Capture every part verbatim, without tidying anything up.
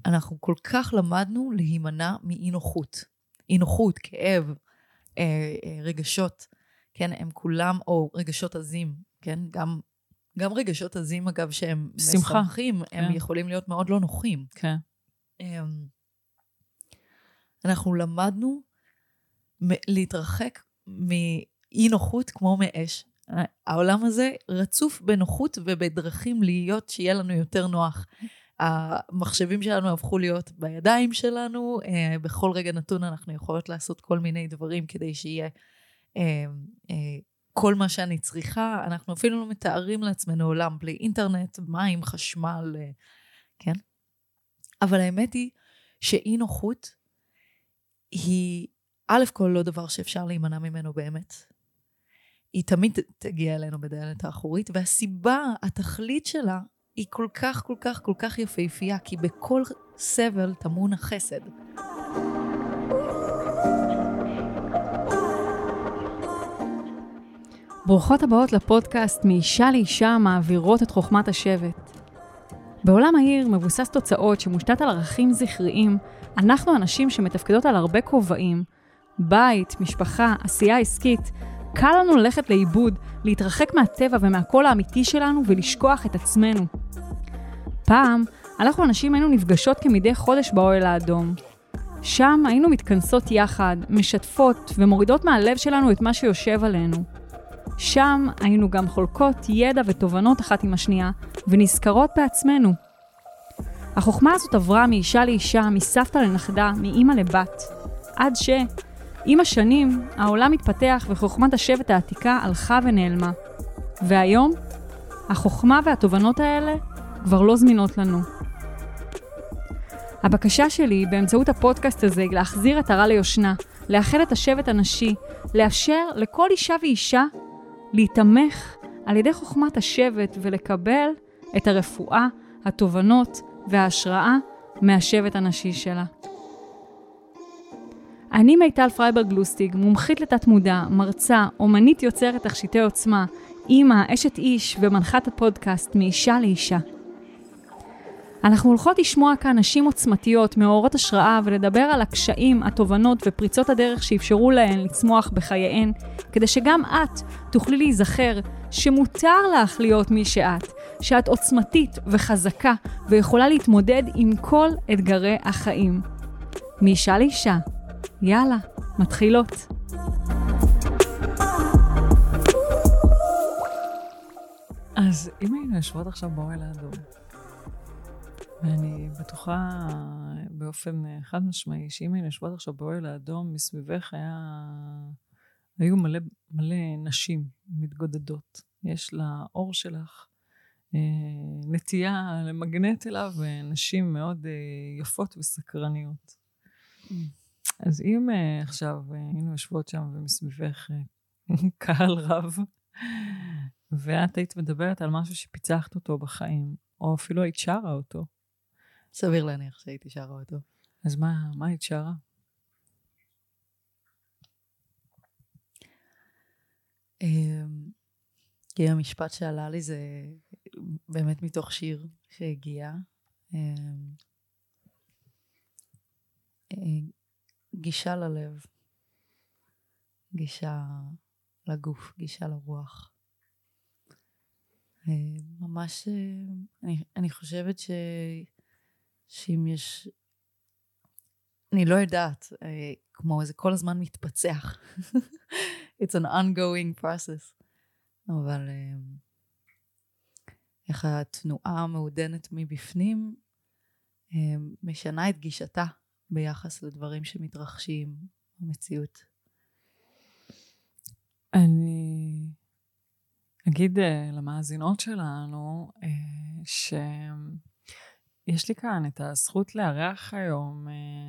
אנחנו כל כך למדנו להימנע מאי נוחות. אי נוחות, כאב, אה, אה, רגשות, כן, הם כולם, או רגשות עזים, כן, גם, גם רגשות עזים, אגב, שהם שמחה. משמחים, כן. הם יכולים להיות מאוד לא נוחים. כן. אה, אנחנו למדנו להתרחק מאי נוחות כמו מאש. העולם הזה רצוף בנוחות ובדרכים להיות שיהיה לנו יותר נוח. המחשבים שלנו הפכו להיות בידיים שלנו, בכל רגע נתון אנחנו יכולות לעשות כל מיני דברים כדי שיהיה כל מה שאני צריכה. אנחנו אפילו לא מתארים לעצמנו עולם בלי אינטרנט, מים, חשמל, כן? אבל האמת היא שאי נוחות היא א' כל לא דבר שאפשר להימנע ממנו באמת. היא תמיד תגיע אלינו בדלת האחורית, והסיבה, התכלית שלה, היא כל כך, כל כך, כל כך יפהפייה, כי בכל סבל טמון החסד. ברוכות הבאות לפודקאסט מאישה לאישה מעבירות את חוכמת השבט. בעולם העיר מבוסס תוצאות שמושתת על ערכים זכריים, אנחנו אנשים שמתפקדות על הרבה כובעים, בית, משפחה, עשייה עסקית, קל לנו ללכת לאיבוד, להתרחק מהטבע ומהקול האמיתי שלנו ולשכוח את עצמנו. פעם, אנחנו אנשים היינו נפגשות כמדי חודש באוהל האדום. שם היינו מתכנסות יחד, משתפות ומורידות מהלב שלנו את מה שיושב עלינו. שם היינו גם חולקות ידע ותובנות אחת עם השנייה, ונזכרות בעצמנו. החוכמה הזאת עברה מאישה לאישה, מסבתא לנכדה, מאמא לבת, עד ש... עם השנים, העולם התפתח וחוכמת השבט העתיקה הלכה ונעלמה. והיום, החוכמה והתובנות האלה כבר לא זמינות לנו. הבקשה שלי באמצעות הפודקאסט הזה היא להחזיר את הרע ליושנה, לאחד את השבט הנשי, לאפשר לכל אישה ואישה להתמך על ידי חוכמת השבט ולקבל את הרפואה, התובנות וההשראה מהשבט הנשי שלה. אני מיטל פרייברג גלוסטיג, מומחית לתת מודע, מרצה, אומנית יוצרת תכשיטי עוצמה, אימא, אשת איש ומנחת הפודקאסט מאישה לאישה. אנחנו הולכות לשמוע כאן נשים עוצמתיות, מאורות השראה, ולדבר על הקשיים, התובנות ופריצות הדרך שאפשרו להן לצמוח בחייהן, כדי שגם את תוכלי להיזכר שמותר לך להיות מי שאת, שאת עוצמתית וחזקה ויכולה להתמודד עם כל אתגרי החיים. מאישה לאישה. יאללה, מתחילות. אז אם היינו יושבות עכשיו באוהל האדום, ואני בטוחה באופן חד משמעי, שאם היינו יושבות עכשיו באוהל האדום, מסביבך היה, היו מלא, מלא נשים מתגודדות. יש לאור שלך נטייה למגנט אליו, ונשים מאוד יפות וסקרניות. אז אם uh, עכשיו uh, היינו יושבות שם ומסביבך uh, קהל רב, ואת היית מדברת על משהו שפיצחת אותו בחיים, או אפילו היית שרה אותו. סביר להניח שהייתי שרה אותו. אז מה, מה היית שרה? כי המשפט שעלה לי זה באמת מתוך שיר שהגיע. גישה ללב, גישה לגוף, גישה לרוח. ממש, אני, אני חושבת ש, שאם יש, אני לא יודעת, כמו זה כל הזמן מתפצח. It's an ongoing process. אבל איך התנועה המעודנת מבפנים משנה את גישתה ביחס לדברים שמתרחשים במציאות. אני אגיד למאזינות שלנו שיש לי כאן את הזכות לארח היום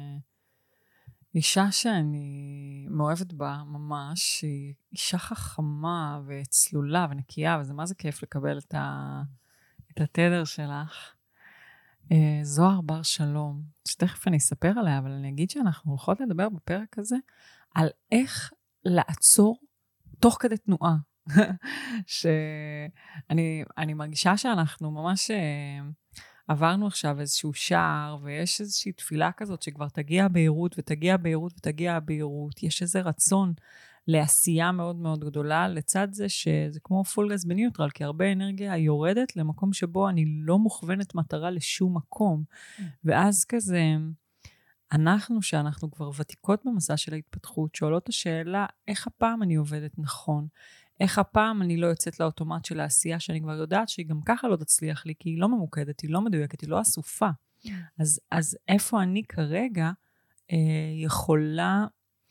אישה שאני מאוהבת בה ממש, היא אישה חכמה וצלולה ונקייה, וזה מה זה כיף לקבל את, ה... את התדר שלך. זוהר בר שלום, שתכף אני אספר עליה, אבל אני אגיד שאנחנו הולכות לדבר בפרק הזה על איך לעצור תוך כדי תנועה. שאני אני מרגישה שאנחנו ממש, עברנו עכשיו איזשהו שער, ויש איזושהי תפילה כזאת שכבר תגיע הבהירות, ותגיע הבהירות, ותגיע הבהירות. יש איזה רצון לעשייה מאוד מאוד גדולה, לצד זה שזה כמו פול גז בניוטרל, כי הרבה אנרגיה יורדת למקום שבו אני לא מוכוונת מטרה לשום מקום. ואז כזה, אנחנו, שאנחנו כבר ותיקות במסע של ההתפתחות, שואלות השאלה, איך הפעם אני עובדת נכון? איך הפעם אני לא יוצאת לאוטומט של העשייה, שאני כבר יודעת שהיא גם ככה לא תצליח לי, כי היא לא ממוקדת, היא לא מדויקת, היא לא אסופה. אז, אז איפה אני כרגע אה, יכולה,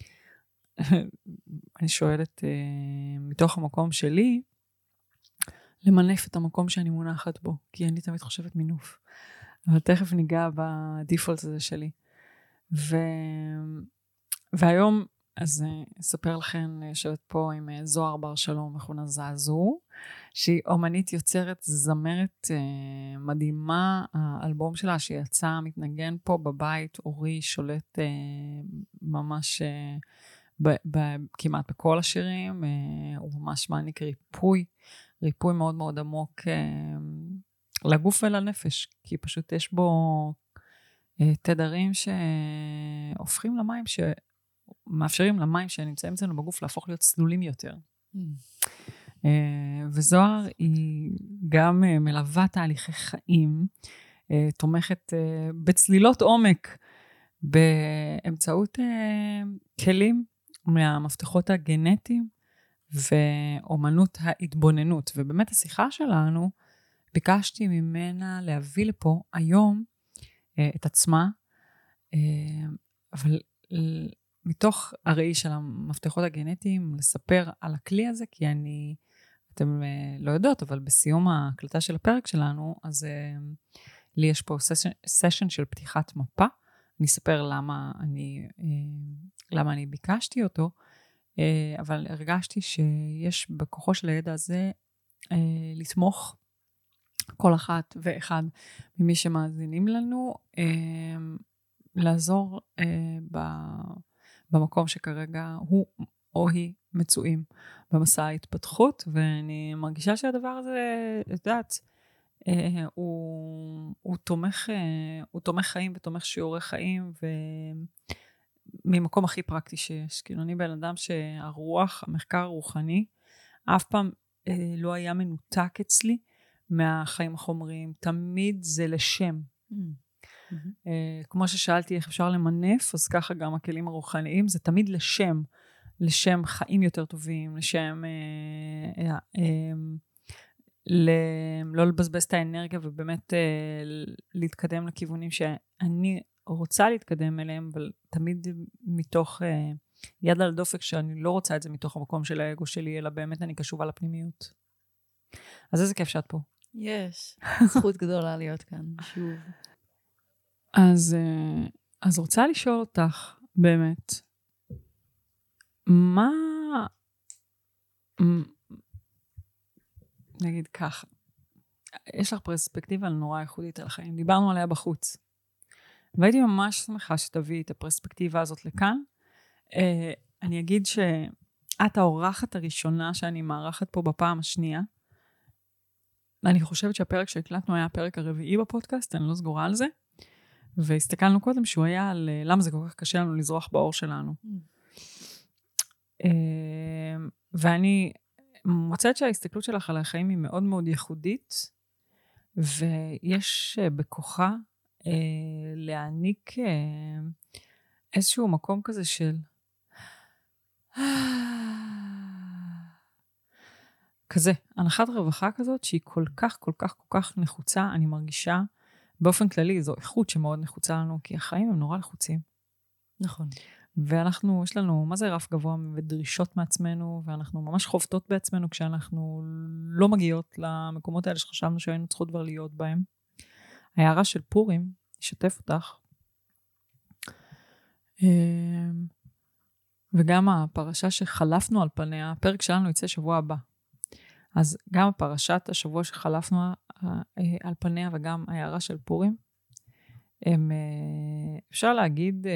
אני שואלת אה, מתוך המקום שלי, למנף את המקום שאני מונחת בו, כי אני תמיד חושבת מינוף. אבל תכף ניגע בדיפולט הזה שלי. ו... והיום, אז אספר לכם, יושבת פה עם זוהר בר שלום, מכונה זעזור, שהיא אומנית יוצרת זמרת אה, מדהימה, האלבום שלה שיצא, מתנגן פה בבית, אורי שולט אה, ממש אה, ב- ב- כמעט בכל השירים, אה, הוא ממש מעניק ריפוי, ריפוי מאוד מאוד עמוק אה, לגוף ולנפש, כי פשוט יש בו אה, תדרים שהופכים למים, שמאפשרים למים שנמצאים אצלנו בגוף להפוך להיות סלולים יותר. Mm. וזוהר היא גם מלווה תהליכי חיים, תומכת בצלילות עומק, באמצעות כלים מהמפתחות הגנטיים, ואומנות ההתבוננות. ובאמת השיחה שלנו, ביקשתי ממנה להביא לפה היום את עצמה, אבל מתוך הראי של המפתחות הגנטיים, לספר על הכלי הזה, כי אני, אתם לא יודעות, אבל בסיום ההקלטה של הפרק שלנו, אז לי יש פה סשן, סשן של פתיחת מפה, אני אספר למה אני, למה אני ביקשתי אותו, אבל הרגשתי שיש בכוחו של הידע הזה, לתמוך כל אחת ואחד ממי שמאזינים לנו, לעזור במקום שכרגע הוא או היא מצויים במסע ההתפתחות, ואני מרגישה שהדבר הזה, את יודעת, הוא, הוא תומך, הוא תומך חיים ותומך שיעורי חיים, וממקום הכי פרקטי שיש. כאילו אני בן אדם שהרוח, המחקר הרוחני, אף פעם לא היה מנותק אצלי מהחיים החומריים, תמיד זה לשם. Mm-hmm. כמו ששאלתי איך אפשר למנף, אז ככה גם הכלים הרוחניים, זה תמיד לשם, לשם חיים יותר טובים, לשם אה, אה, אה, ל, לא לבזבז את האנרגיה, ובאמת אה, להתקדם לכיוונים שאני רוצה להתקדם אליהם, אבל תמיד מתוך אה, יד על דופק, שאני לא רוצה את זה מתוך המקום של האגו שלי, אלא באמת אני קשובה לפנימיות. אז איזה כיף שאת פה. יש, זכות גדולה להיות כאן, שוב. אז, אז רוצה לשאול אותך, באמת, מה, נגיד ככה, יש לך פרספקטיבה נורא ייחודית על החיים, דיברנו עליה בחוץ, והייתי ממש שמחה שתביאי את הפרספקטיבה הזאת לכאן. אני אגיד שאת האורחת הראשונה שאני מערכת פה בפעם השנייה, אני חושבת שהפרק שהקלטנו היה הפרק הרביעי בפודקאסט, אני לא סגורה על זה, והסתכלנו קודם שהוא היה על למה זה כל כך קשה לנו לזרוח באור שלנו. Mm. ואני מוצאת שההסתכלות שלך על החיים היא מאוד מאוד ייחודית, ויש בכוחה להעניק איזשהו מקום כזה של כזה, הנחת רווחה כזאת שהיא כל כך כל כך כל כך נחוצה, אני מרגישה באופן כללי, זו איכות שמאוד נחוצה לנו, כי החיים הם נורא לחוצים. נכון. ואנחנו, יש לנו, מה זה רף גבוה ודרישות מעצמנו, ואנחנו ממש חובטות בעצמנו, כשאנחנו לא מגיעות למקומות האלה שחשבנו שהיינו צריכות כבר להיות בהם. ההערה של פורים, ישתף אותך, וגם הפרשה שחלפנו על פניה, הפרק שלנו יצא שבוע הבא. אז גם הפרשת השבוע שחלפנו על פניה וגם ההערה של פורים, הם, אפשר להגיד,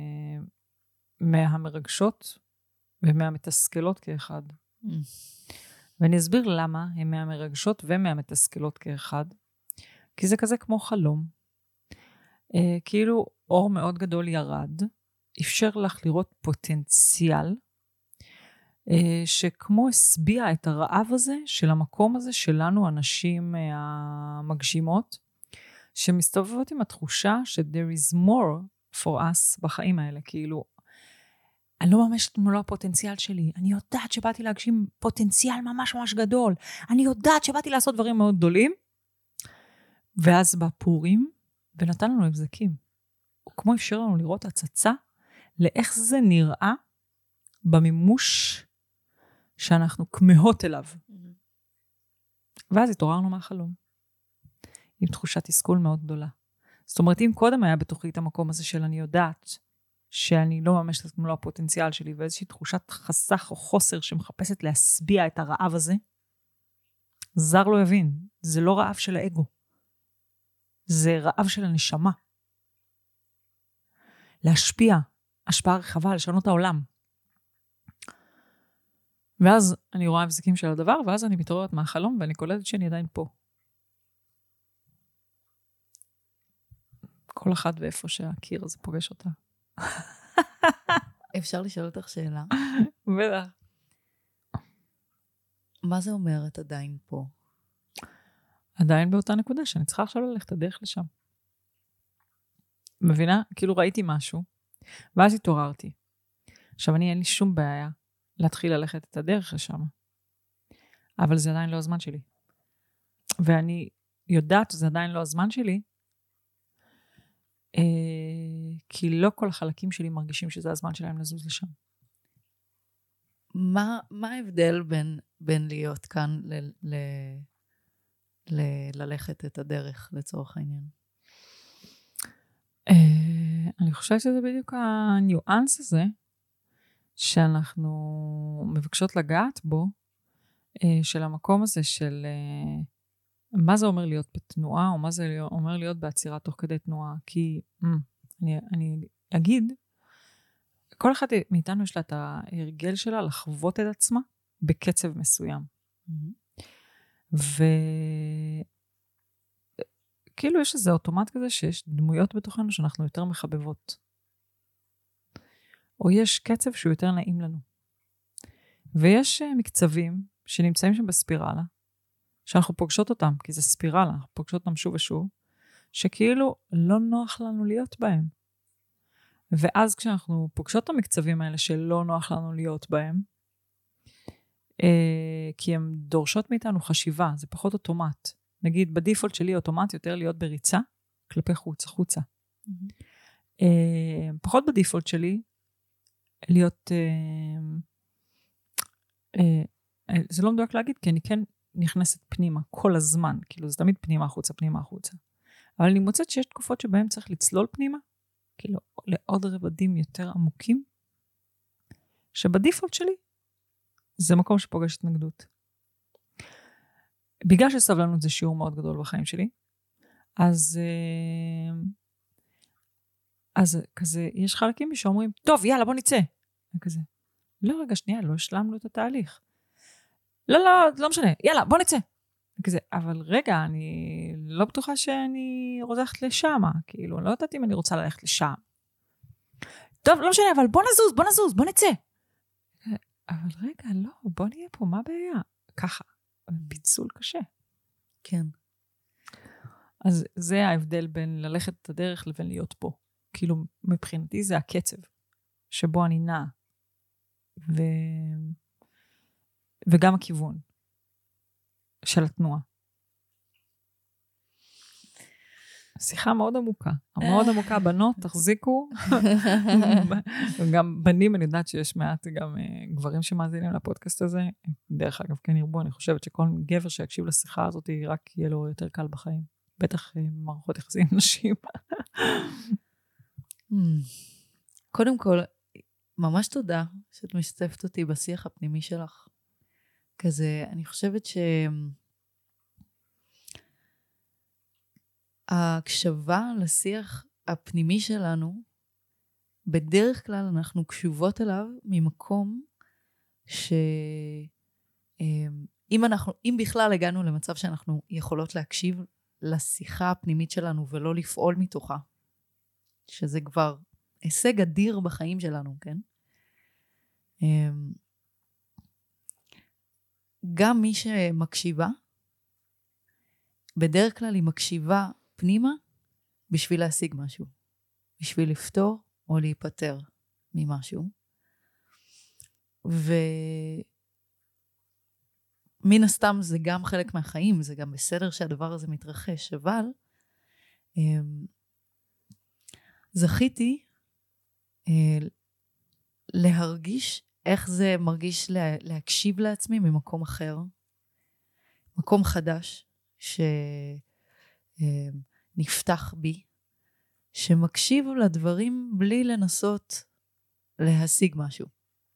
מהמרגשות ומהמתסכלות כאחד. Mm. ואני אסביר למה הם מהמרגשות ומהמתסכלות כאחד. כי זה כזה כמו חלום. אה, כאילו אור מאוד גדול ירד, אפשר לך לראות פוטנציאל, אה, שכמו הסביע את הרעב הזה, של המקום הזה שלנו, הנשים אה, המגשימות, שמסתובבות עם התחושה ש-there is more for us בחיים האלה, כאילו, אני לא ממש את מלוא הפוטנציאל שלי, אני יודעת שבאתי להגשים פוטנציאל ממש ממש גדול, אני יודעת שבאתי לעשות דברים מאוד גדולים, ואז בפורים, ונתן לנו הבזקים. הוא כמו אפשר לנו לראות הצצה, לאיך זה נראה, במימוש שאנחנו כמהות אליו. ואז התעוררנו מהחלום. עם תחושת תסכול מאוד גדולה. זאת אומרת, אם קודם היה בתוכי את המקום הזה של אני יודעת, שאני לא ממש את מלוא הפוטנציאל שלי, ואיזושהי תחושת חסך או חוסר שמחפשת להסביע את הרעב הזה, זר לא יבין, זה לא רעב של האגו. זה רעב של הנשמה. להשפיע, השפעה רחבה, לשנות את העולם. ואז אני רואה הבזקים של הדבר, ואז אני מתעוררת מהחלום, ואני קולטת שאני עדיין פה. כל אחד ואיפה שהקיר הזה פוגש אותה. אפשר לשאול אותך שאלה? בטח. מה זה אומר את עדיין פה? עדיין באותה נקודה, שאני צריכה עכשיו ללכת הדרך לשם. מבינה? כאילו ראיתי משהו, ואז התעוררתי. עכשיו אני אין לי שום בעיה להתחיל ללכת את הדרך לשם. אבל זה עדיין לא הזמן שלי. ואני יודעת שזה עדיין לא הזמן שלי, אה, כי לא כל החלקים שלי מרגישים שזה הזמן שלהם לזוז לשם. מה, מה ההבדל בין, בין להיות כאן ל, ל, ל, ללכת את הדרך לצורך העניין? אה, אני חושבת שזה בדיוק הניואנס הזה, שאנחנו מבקשות לגעת בו, אה, של המקום הזה של אה, מה זה אומר להיות בתנועה, או מה זה אומר להיות בעצירה תוך כדי תנועה. כי mm, אני, אני אגיד, כל אחד מאיתנו יש לה את ההרגל שלה לחוות את עצמה בקצב מסוים. Mm-hmm. וכאילו יש איזה אוטומט כזה שיש דמויות בתוכנו שאנחנו יותר מחבבות. או יש קצב שהוא יותר נעים לנו. ויש מקצבים שנמצאים שם בספירלה, שאנחנו פוגשות אותם, כי זה ספירלה, אנחנו פוגשות אותם שוב ושוב, שכאילו לא נוח לנו להיות בהם. ואז כשאנחנו פוגשות את המקצבים האלה שלא נוח לנו להיות בהם, אה, כי הן דורשות מאיתנו חשיבה, זה פחות אוטומט. נגיד, בדיפולט שלי אוטומט יותר להיות בריצה, כלפי חוץ, חוצה. Mm-hmm. אה, פחות בדיפולט שלי, להיות, אה, אה, זה לא מדויק להגיד, כי אני כן נכנסת פנימה כל הזמן, כאילו זה תמיד פנימה החוצה, פנימה החוצה. אבל אני מוצאת שיש תקופות שבהן צריך לצלול פנימה, כאילו לעוד רבדים יותר עמוקים, שבדיפולט שלי, זה מקום שפוגש התנגדות. בגלל שסבלנות זה שיעור מאוד גדול בחיים שלי, אז, אז כזה, יש חלקים שאומרים, טוב, יאללה, בוא נצא. וכזה, לא, רגע, שנייה, לא השלמנו את התהליך. לא, לא, לא משנה, יאללה, בוא נצא. וכזה, אבל רגע, אני לא בטוחה שאני רוצה ללכת לשם, כאילו, לא יודעת אם אני רוצה ללכת לשם. טוב, לא משנה, אבל בוא נזוז, בוא נזוז, בוא נצא. אבל רגע, לא, בוא נהיה פה, מה הבעיה? ככה, ביצול קשה. כן. אז זה ההבדל בין ללכת את הדרך לבין להיות פה. כאילו, מבחינתי זה הקצב, שבו אני נעה. ו... וגם הכיוון של התנועה. שיחה מאוד עמוקה. מאוד עמוקה, בנות, תחזיקו. וגם בנים, אני יודעת שיש מעט גם גברים שמאזינים לפודקאסט הזה. דרך אגב, כן ירבו, אני חושבת שכל גבר שיקשיב לשיחה הזאת, רק יהיה לו יותר קל בחיים. בטח מערכות יחסים נשים. קודם כל, ממש תודה שאת משתפת אותי בשיח הפנימי שלך. כזה, אני חושבת ש... ההקשבה לשיח הפנימי שלנו, בדרך כלל אנחנו קשובות אליו ממקום שאם אנחנו, אם בכלל הגענו למצב שאנחנו יכולות להקשיב לשיחה הפנימית שלנו ולא לפעול מתוכה, שזה כבר הישג אדיר בחיים שלנו, כן? גם מי שמקשיבה, בדרך כלל היא מקשיבה פנימה בשביל להשיג משהו, בשביל לפתור או להיפטר ממשהו. ומן הסתם זה גם חלק מהחיים, זה גם בסדר שהדבר הזה מתרחש, אבל זכיתי להרגיש איך זה מרגיש לה, להקשיב לעצמי ממקום אחר, מקום חדש שנפתח בי, שמקשיב לדברים בלי לנסות להשיג משהו.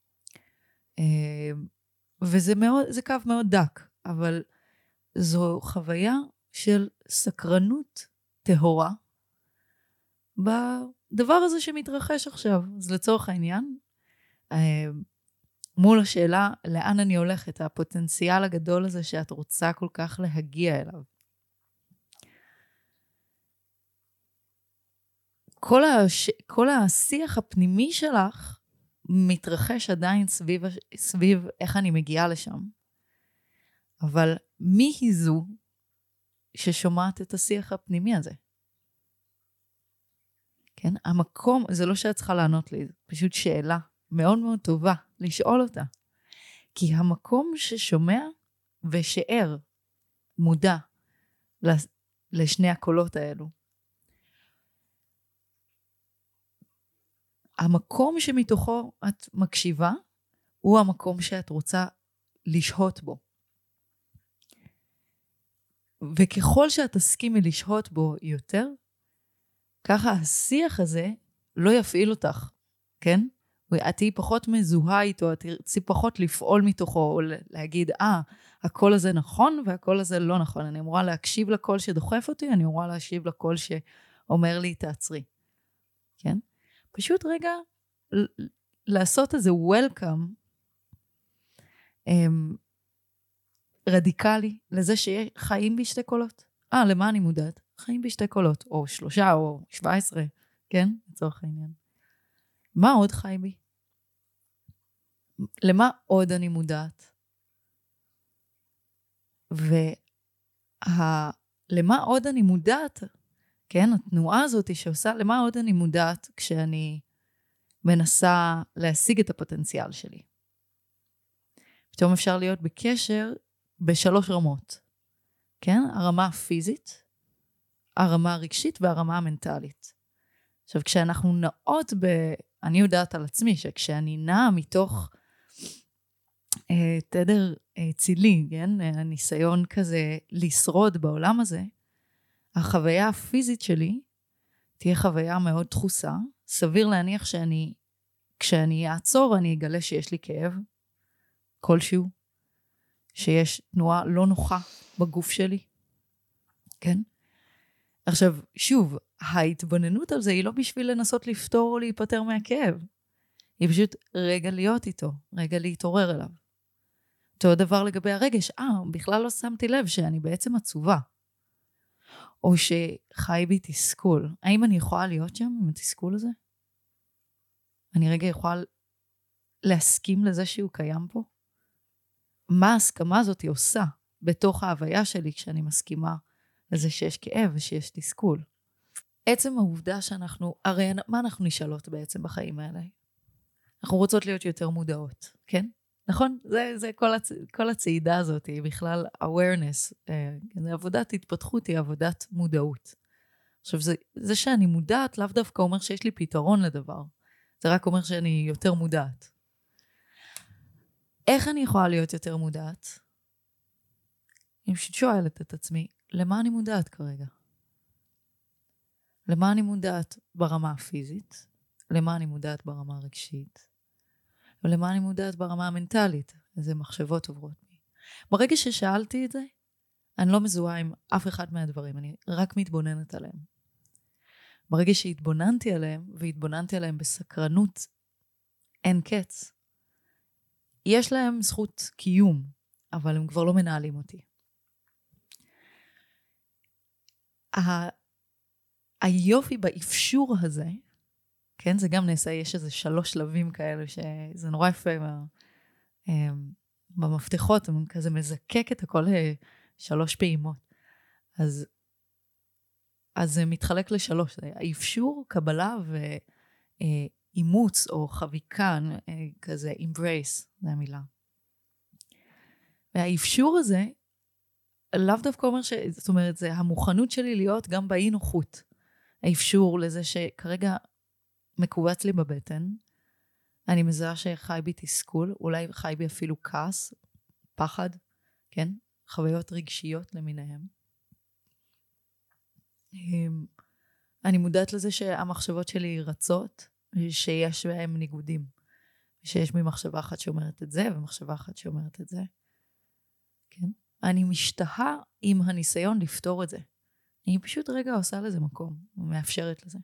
וזה מאוד, זה קו מאוד דק, אבל זו חוויה של סקרנות טהורה בדבר הזה שמתרחש עכשיו. אז לצורך העניין, מול השאלה לאן אני הולכת, הפוטנציאל הגדול הזה שאת רוצה כל כך להגיע אליו. כל, הש... כל השיח הפנימי שלך מתרחש עדיין סביב, סביב איך אני מגיעה לשם. אבל מי היא זו ששומעת את השיח הפנימי הזה? כן? המקום, זה לא שאת צריכה לענות לי, זה פשוט שאלה מאוד מאוד טובה לשאול אותה. כי המקום ששומע ושער מודע לשני הקולות האלו. המקום שמתוכו את מקשיבה הוא המקום שאת רוצה לשהות בו. וככל שאת תסכימי לשהות בו יותר, ככה השיח הזה לא יפעיל אותך, כן? את תהיי פחות מזוהה איתו, את תרצי פחות לפעול מתוכו, או להגיד, אה, הקול הזה נכון, והקול הזה לא נכון. אני אמורה להקשיב לקול שדוחף אותי, אני אמורה להקשיב לקול שאומר לי, תעצרי. כן? פשוט רגע, לעשות איזה welcome, רדיקלי, לזה שיהיה חיים בשתי קולות. אה, למה אני מודעת? חיים בשתי קולות, או שלושה, או שבע עשרה, כן? לצורך העניין. מה עוד חי בי? למה עוד אני מודעת? ולמה עוד אני מודעת? כן, התנועה הזאת שעושה, למה עוד אני מודעת כשאני מנסה להשיג את הפוטנציאל שלי? פתאום אפשר להיות בקשר בשלוש רמות. כן? הרמה הפיזית, הרמה הרגשית והרמה המנטלית. עכשיו, כשאנחנו נעות ב... אני יודעת על עצמי שכשאני נעה מתוך אה, תדר אה, צילי, כן? הניסיון כזה לשרוד בעולם הזה, החוויה הפיזית שלי תהיה חוויה מאוד דחוסה. סביר להניח שאני, כשאני אעצור, אני אגלה שיש לי כאב כלשהו, שיש תנועה לא נוחה בגוף שלי, כן? עכשיו, שוב, ההתבוננות על זה היא לא בשביל לנסות לפתור או להיפטר מהכאב. היא פשוט רגע להיות איתו, רגע להתעורר אליו. אותו דבר לגבי הרגש, אה, בכלל לא שמתי לב שאני בעצם עצובה. או שחי בי תסכול. האם אני יכולה להיות שם עם התסכול הזה? אני רגע יכולה להסכים לזה שהוא קיים פה? מה ההסכמה הזאת היא עושה בתוך ההוויה שלי כשאני מסכימה לזה שיש כאב ושיש תסכול? עצם העובדה שאנחנו, הרי מה אנחנו נשאלות בעצם בחיים האלה? אנחנו רוצות להיות יותר מודעות, כן? נכון? זה, זה כל, הצ... כל הצעידה הזאת היא בכלל awareness. זה עבודת התפתחות, היא עבודת מודעות. עכשיו, זה, זה שאני מודעת לאו דווקא אומר שיש לי פתרון לדבר. זה רק אומר שאני יותר מודעת. איך אני יכולה להיות יותר מודעת? אני פשוט שואלת את עצמי, למה אני מודעת כרגע? למה אני מודעת ברמה הפיזית? למה אני מודעת ברמה הרגשית? ולמה אני מודעת ברמה המנטלית? איזה מחשבות עוברות בי. ברגע ששאלתי את זה, אני לא מזוהה עם אף אחד מהדברים, אני רק מתבוננת עליהם. ברגע שהתבוננתי עליהם, והתבוננתי עליהם בסקרנות אין קץ, יש להם זכות קיום, אבל הם כבר לא מנהלים אותי. ה- היופי באפשור הזה, כן, זה גם נעשה, יש איזה שלוש שלבים כאלה, שזה נורא יפה, מה, במפתחות, הוא כזה מזקק את הכל שלוש פעימות. אז, אז זה מתחלק לשלוש, האפשור, קבלה ואימוץ או חביקה, כזה embrace, זה המילה. והאפשור הזה, לאו דווקא אומר ש... זאת אומרת, זה המוכנות שלי להיות גם באי נוחות. האפשור לזה שכרגע מקובץ לי בבטן, אני מזהה שחי בי תסכול, אולי חי בי אפילו כעס, פחד, כן? חוויות רגשיות למיניהם. אני מודעת לזה שהמחשבות שלי רצות, שיש בהם ניגודים. שיש בי מחשבה אחת שאומרת את זה, ומחשבה אחת שאומרת את זה. כן? אני משתהה עם הניסיון לפתור את זה. אני פשוט רגע עושה לזה מקום, ומאפשרת לזה.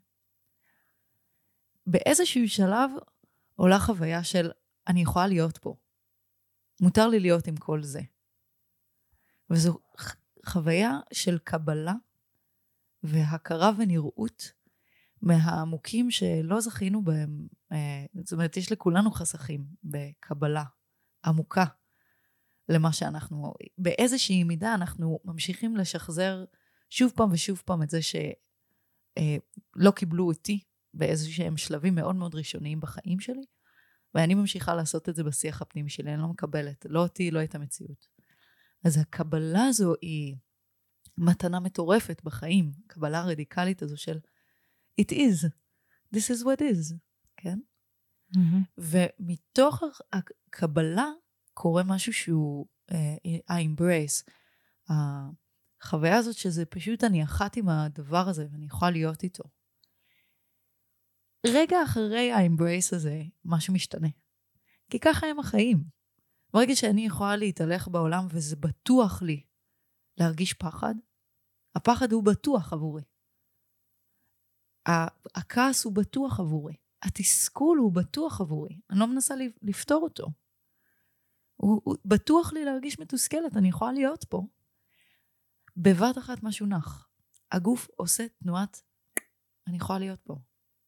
באיזשהו שלב עולה חוויה של אני יכולה להיות פה. מותר לי להיות עם כל זה. וזו חוויה של קבלה והכרה ונראות מהעמוקים שלא זכינו בהם. זאת אומרת, יש לכולנו חסכים בקבלה עמוקה למה שאנחנו, באיזושהי מידה אנחנו ממשיכים לשחזר שוב פעם ושוב פעם את זה שלא קיבלו אותי באיזשהם שלבים מאוד מאוד ראשוניים בחיים שלי, ואני ממשיכה לעשות את זה בשיח הפנימי שלי, אני לא מקבלת, לא אותי, לא את המציאות. אז הקבלה הזו היא מתנה מטורפת בחיים, הקבלה הרדיקלית הזו של it is, this is what is, כן? Mm-hmm. ומתוך הקבלה קורה משהו שהוא ה-embrace, החוויה הזאת שזה פשוט אני אחת עם הדבר הזה ואני יכולה להיות איתו. רגע אחרי ה-embrace הזה משהו משתנה. כי ככה הם החיים. ברגע שאני יכולה להתהלך בעולם וזה בטוח לי להרגיש פחד, הפחד הוא בטוח עבורי. הכעס הוא בטוח עבורי. התסכול הוא בטוח עבורי. אני לא מנסה לפתור אותו. הוא, הוא בטוח לי להרגיש מתוסכלת, אני יכולה להיות פה. בבת אחת משהו נח. הגוף עושה תנועת, אני יכולה להיות פה.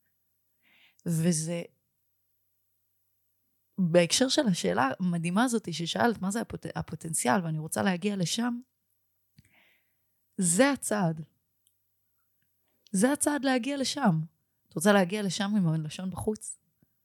וזה, בהקשר של השאלה המדהימה הזאת ששאלת, מה זה הפוט... הפוטנציאל, ואני רוצה להגיע לשם, זה הצעד. זה הצעד להגיע לשם. את רוצה להגיע לשם עם הלשון בחוץ?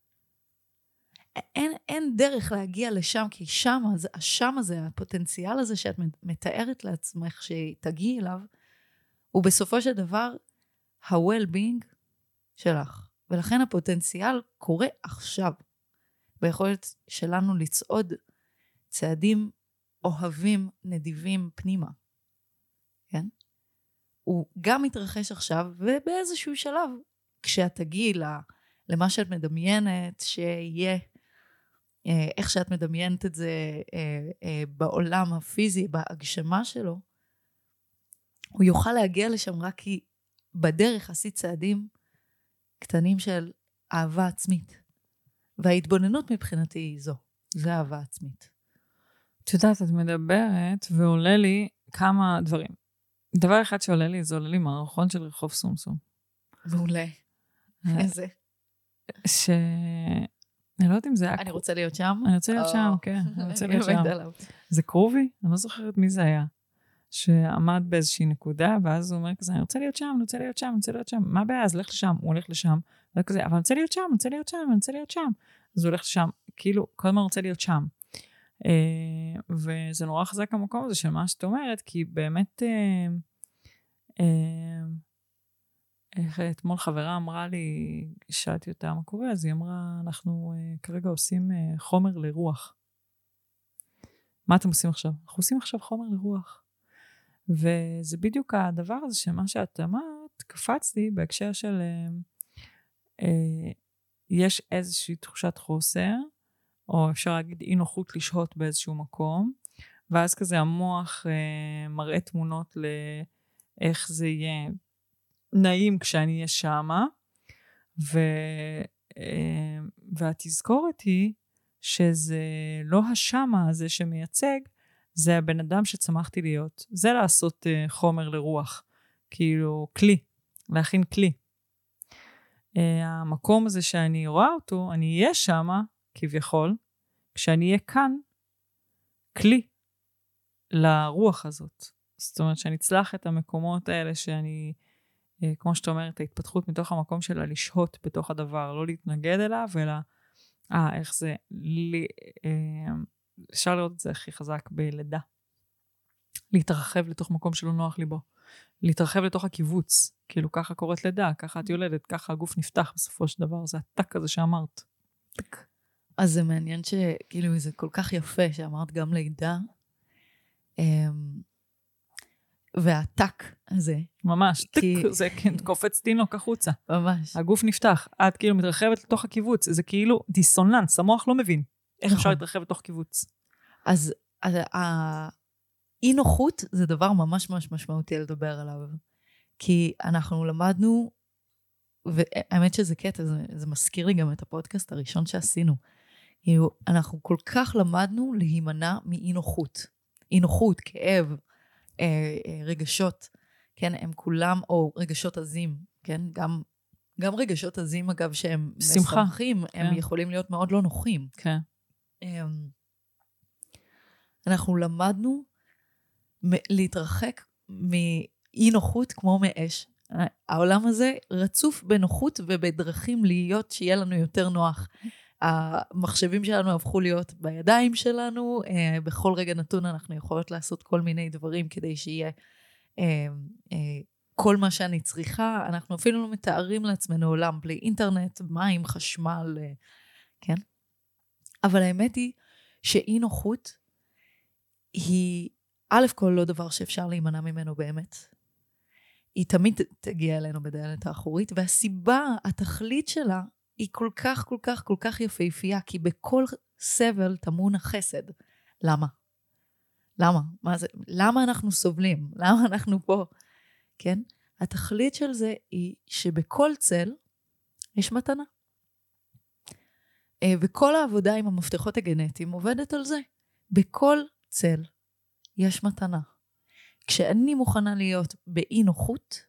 אין, אין דרך להגיע לשם, כי שם, השם הזה, הפוטנציאל הזה שאת מתארת לעצמך שתגיעי אליו, הוא בסופו של דבר ה-well-being שלך. ולכן הפוטנציאל קורה עכשיו. ביכולת שלנו לצעוד צעדים אוהבים, נדיבים פנימה. כן? הוא גם מתרחש עכשיו, ובאיזשהו שלב, כשאת תגיעי למה שאת מדמיינת, שיהיה, איך שאת מדמיינת את זה בעולם הפיזי, בהגשמה שלו, הוא יוכל להגיע לשם רק כי בדרך עשית צעדים קטנים של אהבה עצמית. וההתבוננות מבחינתי היא זו. זה אהבה עצמית. את יודעת, את מדברת ועולה לי כמה דברים. דבר אחד שעולה לי, זה עולה לי מערכון של רחוב סומסום. מעולה. איזה? ש... אני לא יודעת אם זה היה... אני רוצה להיות שם? אני רוצה להיות שם, כן. אני רוצה להיות שם. זה קרובי? אני לא זוכרת מי זה היה. שעמד באיזושהי נקודה, ואז הוא אומר כזה, אני רוצה להיות שם, אני רוצה להיות שם, אני רוצה להיות שם. מה הבעיה? אז לך לשם, הוא הולך לשם. וכזה, אבל אני רוצה להיות שם, אני רוצה להיות שם, אני רוצה להיות שם. אז הוא הולך לשם, כאילו, כל הזמן רוצה להיות שם. וזה נורא חזק המקום הזה של מה שאת אומרת, כי באמת, איך אתמול חברה אמרה לי, שאלתי אותה מה קורה, אז היא אמרה, אנחנו כרגע עושים חומר לרוח. מה אתם עושים עכשיו? אנחנו עושים עכשיו חומר לרוח. וזה בדיוק הדבר הזה שמה שאת אמרת, קפצתי בהקשר של, אה, יש איזושהי תחושת חוסר, או אפשר להגיד אי נוחות לשהות באיזשהו מקום, ואז כזה המוח אה, מראה תמונות לאיך זה יהיה נעים כשאני אהיה שמה, ו, אה, והתזכורת היא שזה לא השמה הזה שמייצג, זה הבן אדם שצמחתי להיות. זה לעשות uh, חומר לרוח. כאילו כלי, להכין כלי. המקום הזה שאני רואה אותו, אני אהיה שם, כביכול, כשאני אהיה כאן, כלי לרוח הזאת. זאת אומרת, שאני אצלח את המקומות האלה שאני, כמו שאתה אומרת, ההתפתחות מתוך המקום שלה, לשהות בתוך הדבר, לא להתנגד אליו, אלא, אה, איך זה, לי, אה, אפשר לראות את זה הכי חזק בלידה. להתרחב לתוך מקום שלא נוח לי בו. להתרחב לתוך הקיבוץ. כאילו, ככה קוראת לידה, ככה את יולדת, ככה הגוף נפתח בסופו של דבר. זה הטק הזה שאמרת. טק. אז זה מעניין שכאילו זה כל כך יפה שאמרת גם לידה. והטק הזה. ממש, כי... טק, זה כן, קופץ תינוק החוצה. ממש. הגוף נפתח. את כאילו מתרחבת לתוך הקיבוץ. זה כאילו דיסוננס, המוח לא מבין. איך אפשר להתרחב לתוך קיבוץ? אז האי נוחות זה דבר ממש ממש משמעותי לדבר עליו. כי אנחנו למדנו, והאמת שזה קטע, זה, זה מזכיר לי גם את הפודקאסט הראשון שעשינו. אנחנו כל כך למדנו להימנע מאי נוחות. אי נוחות, כאב, רגשות, כן, הם כולם, או רגשות עזים, כן, גם, גם רגשות עזים, אגב, שהם שמחה. משמחים, כן. הם יכולים להיות מאוד לא נוחים. כן. אנחנו למדנו להתרחק מאי נוחות כמו מאש. העולם הזה רצוף בנוחות ובדרכים להיות שיהיה לנו יותר נוח. המחשבים שלנו הפכו להיות בידיים שלנו, בכל רגע נתון אנחנו יכולות לעשות כל מיני דברים כדי שיהיה כל מה שאני צריכה. אנחנו אפילו לא מתארים לעצמנו עולם בלי אינטרנט, מים, חשמל, כן? אבל האמת היא שאי נוחות היא א' כל לא דבר שאפשר להימנע ממנו באמת. היא תמיד תגיע אלינו בדלת האחורית, והסיבה, התכלית שלה, היא כל כך, כל כך, כל כך יפהפייה, כי בכל סבל תמון החסד. למה? למה? מה זה? למה אנחנו סובלים? למה אנחנו פה? כן? התכלית של זה היא שבכל צל יש מתנה. וכל העבודה עם המפתחות הגנטיים עובדת על זה. בכל צל יש מתנה. כשאני מוכנה להיות באי נוחות,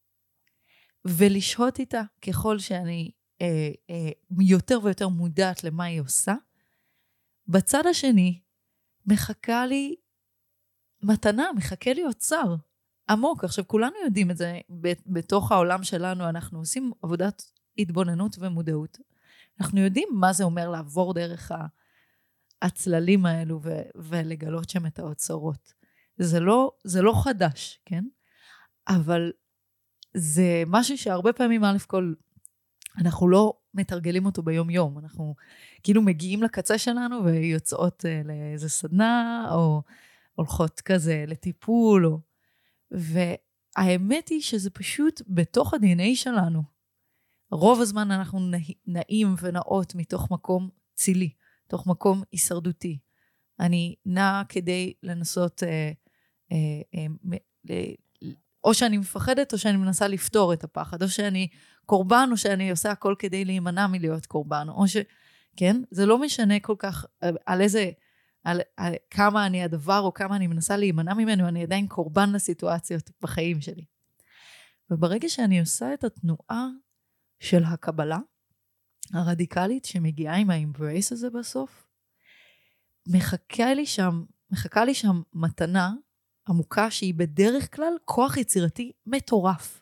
ולשהות איתה ככל שאני אה, אה, יותר ויותר מודעת למה היא עושה, בצד השני מחכה לי מתנה, מחכה לי אוצר עמוק. עכשיו כולנו יודעים את זה, בתוך העולם שלנו אנחנו עושים עבודת התבוננות ומודעות. אנחנו יודעים מה זה אומר לעבור דרך הצללים האלו ו- ולגלות שם את האוצרות. זה לא, זה לא חדש, כן? אבל זה משהו שהרבה פעמים א' כל אנחנו לא מתרגלים אותו ביום יום. אנחנו כאילו מגיעים לקצה שלנו ויוצאות לאיזה סדנה או הולכות כזה לטיפול. או... והאמת היא שזה פשוט בתוך ה-די אן איי שלנו. רוב הזמן אנחנו נעים ונעות מתוך מקום צילי, תוך מקום הישרדותי. אני נעה כדי לנסות, אה, אה, אה, אה, או שאני מפחדת, או שאני מנסה לפתור את הפחד, או שאני קורבן, או שאני עושה הכל כדי להימנע מלהיות קורבן, או ש... כן? זה לא משנה כל כך על איזה, על, על כמה אני הדבר, או כמה אני מנסה להימנע ממנו, אני עדיין קורבן לסיטואציות בחיים שלי. וברגע שאני עושה את התנועה של הקבלה, הרדיקלית, שמגיעה עם האמברייס הזה בסוף, מחכה לי שם, מחכה לי שם מתנה עמוקה, שהיא בדרך כלל כוח יצירתי מטורף,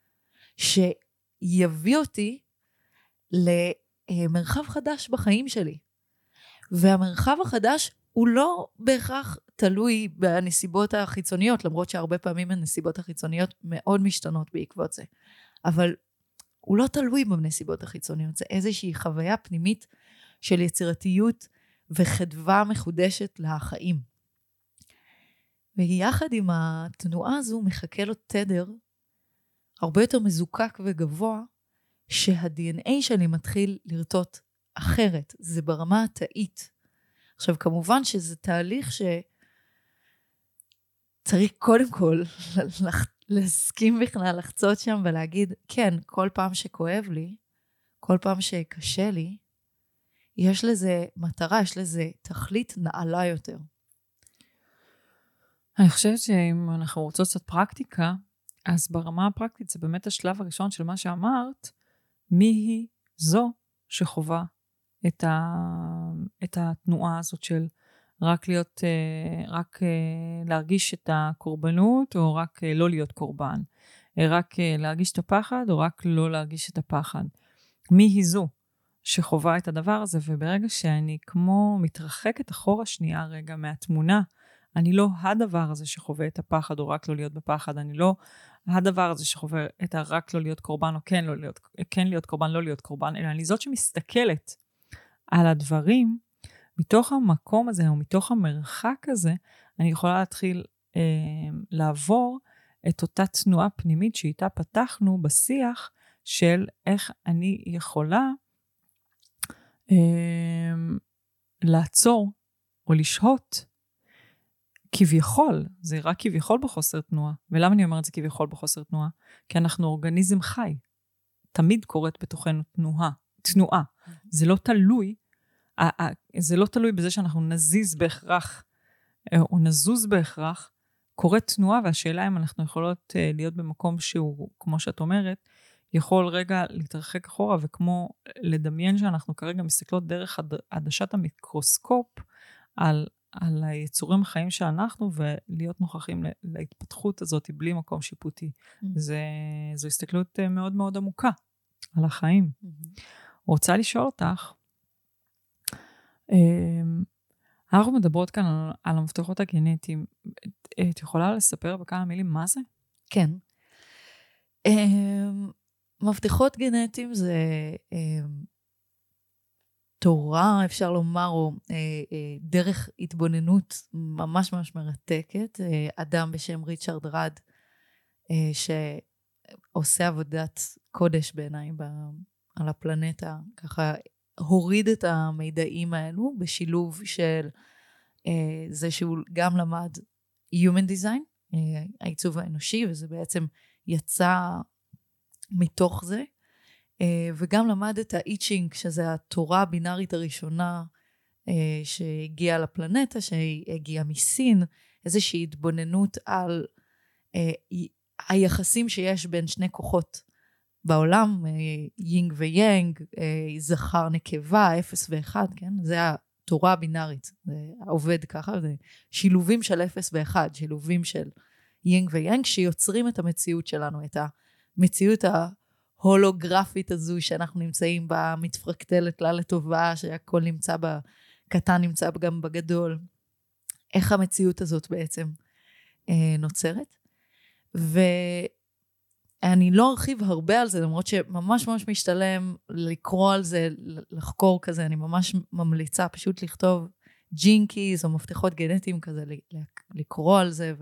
שיביא אותי למרחב חדש בחיים שלי. והמרחב החדש הוא לא בהכרח תלוי בנסיבות החיצוניות, למרות שהרבה פעמים הנסיבות החיצוניות מאוד משתנות בעקבות זה. אבל הוא לא תלוי בנסיבות החיצוניות, זה איזושהי חוויה פנימית של יצירתיות וחדווה מחודשת לחיים. ויחד עם התנועה הזו מחכה לו תדר הרבה יותר מזוקק וגבוה, שה-די אן איי שלי מתחיל לרטוט אחרת. זה ברמה התאית. עכשיו כמובן שזה תהליך שצריך קודם כל להסכים בכלל לחצות שם ולהגיד, כן, כל פעם שכואב לי, כל פעם שקשה לי, יש לזה מטרה, יש לזה תכלית נעלה יותר. אני חושבת שאם אנחנו רוצות קצת פרקטיקה, אז ברמה הפרקטית זה באמת השלב הראשון של מה שאמרת, מי היא זו שחובה את, ה, את התנועה הזאת של רק להיות, רק להרגיש את הקורבנות, או רק לא להיות קורבן. רק להרגיש את הפחד, או רק לא להרגיש את הפחד. מי היא זו שחובה את הדבר הזה, וברגע שאני כמו מתרחקת אחורה שנייה רגע מהתמונה, אני לא הדבר הזה שחווה את הפחד, או רק לא להיות בפחד, אני לא הדבר הזה שחווה את הרק לא להיות קורבן, או כן, לא להיות, כן להיות קורבן, לא להיות קורבן, אלא אני זאת שמסתכלת על הדברים, מתוך המקום הזה, או מתוך המרחק הזה, אני יכולה להתחיל אה, לעבור את אותה תנועה פנימית שאיתה פתחנו בשיח, של איך אני יכולה אה, לעצור, או לשהות, כביכול, זה רק כביכול בחוסר תנועה. ולמה אני אומרת זה כביכול בחוסר תנועה? כי אנחנו אורגניזם חי. תמיד קורית בתוכנו תנועה. תנועה. זה לא תלוי, זה לא תלוי בזה שאנחנו נזיז בהכרח, או נזוז בהכרח, קורית תנועה, והשאלה אם אנחנו יכולות להיות במקום שהוא, כמו שאת אומרת, יכול רגע להתרחק אחורה, וכמו לדמיין שאנחנו כרגע מסתכלות דרך עדשת המיקרוסקופ, על על היצורים החיים שאנחנו, ולהיות נוכחים להתפתחות הזאת, בלי מקום שיפוטי. Mm-hmm. זה, זו הסתכלות מאוד מאוד עמוקה, על החיים. Mm-hmm. רוצה לשאול אותך, אנחנו מדברות כאן על, על המפתחות הגנטיים, את יכולה לספר בכמה מילים מה זה? כן. מפתחות גנטיים זה תורה, אפשר לומר, או אה, אה, דרך התבוננות ממש ממש מרתקת. אה, אדם בשם ריצ'רד רד, אה, שעושה עבודת קודש בעיניי על הפלנטה, ככה הוריד את המידעים האלו בשילוב של אה, זה שהוא גם למד Human Design, אה, העיצוב האנושי, וזה בעצם יצא מתוך זה. וגם למד את האיצ'ינג, שזה התורה הבינארית הראשונה שהגיעה לפלנטה, שהגיעה מסין, איזושהי התבוננות על היחסים שיש בין שני כוחות בעולם, יינג ויאנג, זכר נקבה, אפס ואחד, כן? זה התורה הבינארית, זה עובד ככה, זה שילובים של אפס ואחד, שילובים של יינג ויאנג, שיוצרים את המציאות שלנו, את המציאות ה... הולוגרפית הזו שאנחנו נמצאים בה, מתפרקטלת לה לטובה, שהכל נמצא בקטן, נמצא גם בגדול. איך המציאות הזאת בעצם אה, נוצרת. ואני לא ארחיב הרבה על זה, למרות שממש ממש משתלם לקרוא על זה, לחקור כזה, אני ממש ממליצה פשוט לכתוב ג'ינקיז או מפתחות גנטיים כזה, לקרוא על זה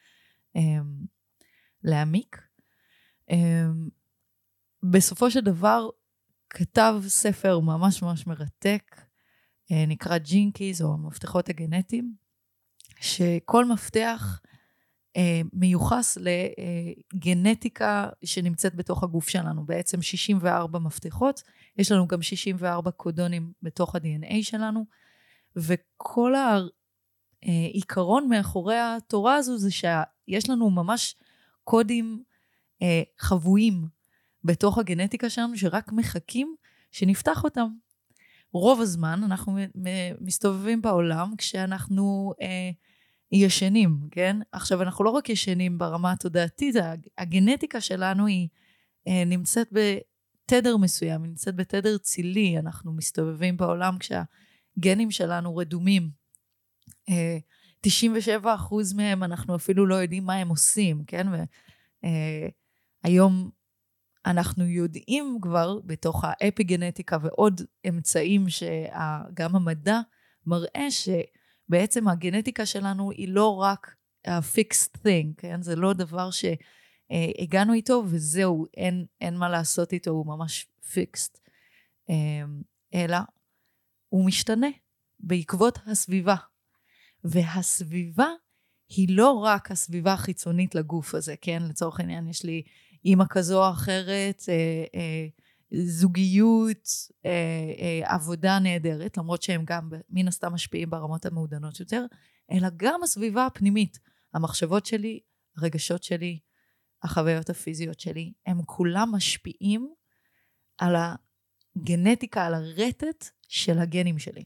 ולהעמיק. אה, בסופו של דבר, כתב ספר ממש ממש מרתק, נקרא ג'ינקיז, או המפתחות הגנטיים, שכל מפתח מיוחס לגנטיקה שנמצאת בתוך הגוף שלנו, בעצם שישים וארבע מפתחות, יש לנו גם שישים וארבע קודונים בתוך ה-די אן איי שלנו, וכל העיקרון מאחורי התורה הזו, זה שיש לנו ממש קודים חבויים, בתוך הגנטיקה שלנו, שרק מחכים שנפתח אותם. רוב הזמן אנחנו מסתובבים בעולם כשאנחנו אה, ישנים, כן? עכשיו, אנחנו לא רק ישנים ברמה התודעתית, הגנטיקה שלנו היא אה, נמצאת בתדר מסוים, היא נמצאת בתדר צילי, אנחנו מסתובבים בעולם כשהגנים שלנו רדומים. אה, תשעים ושבע אחוז מהם אנחנו אפילו לא יודעים מה הם עושים, כן? והיום, אה, אנחנו יודעים כבר בתוך האפיגנטיקה ועוד אמצעים שגם המדע מראה שבעצם הגנטיקה שלנו היא לא רק ה-fixed thing, כן? זה לא דבר שהגענו איתו וזהו, אין, אין מה לעשות איתו, הוא ממש fixed, אלא הוא משתנה בעקבות הסביבה. והסביבה היא לא רק הסביבה החיצונית לגוף הזה, כן? לצורך העניין יש לי אימא כזו או אחרת, אה, אה, זוגיות, אה, אה, עבודה נהדרת, למרות שהם גם מן הסתם משפיעים ברמות המעודנות יותר, אלא גם הסביבה הפנימית, המחשבות שלי, הרגשות שלי, החוויות הפיזיות שלי, הם כולם משפיעים על הגנטיקה, על הרטט של הגנים שלי.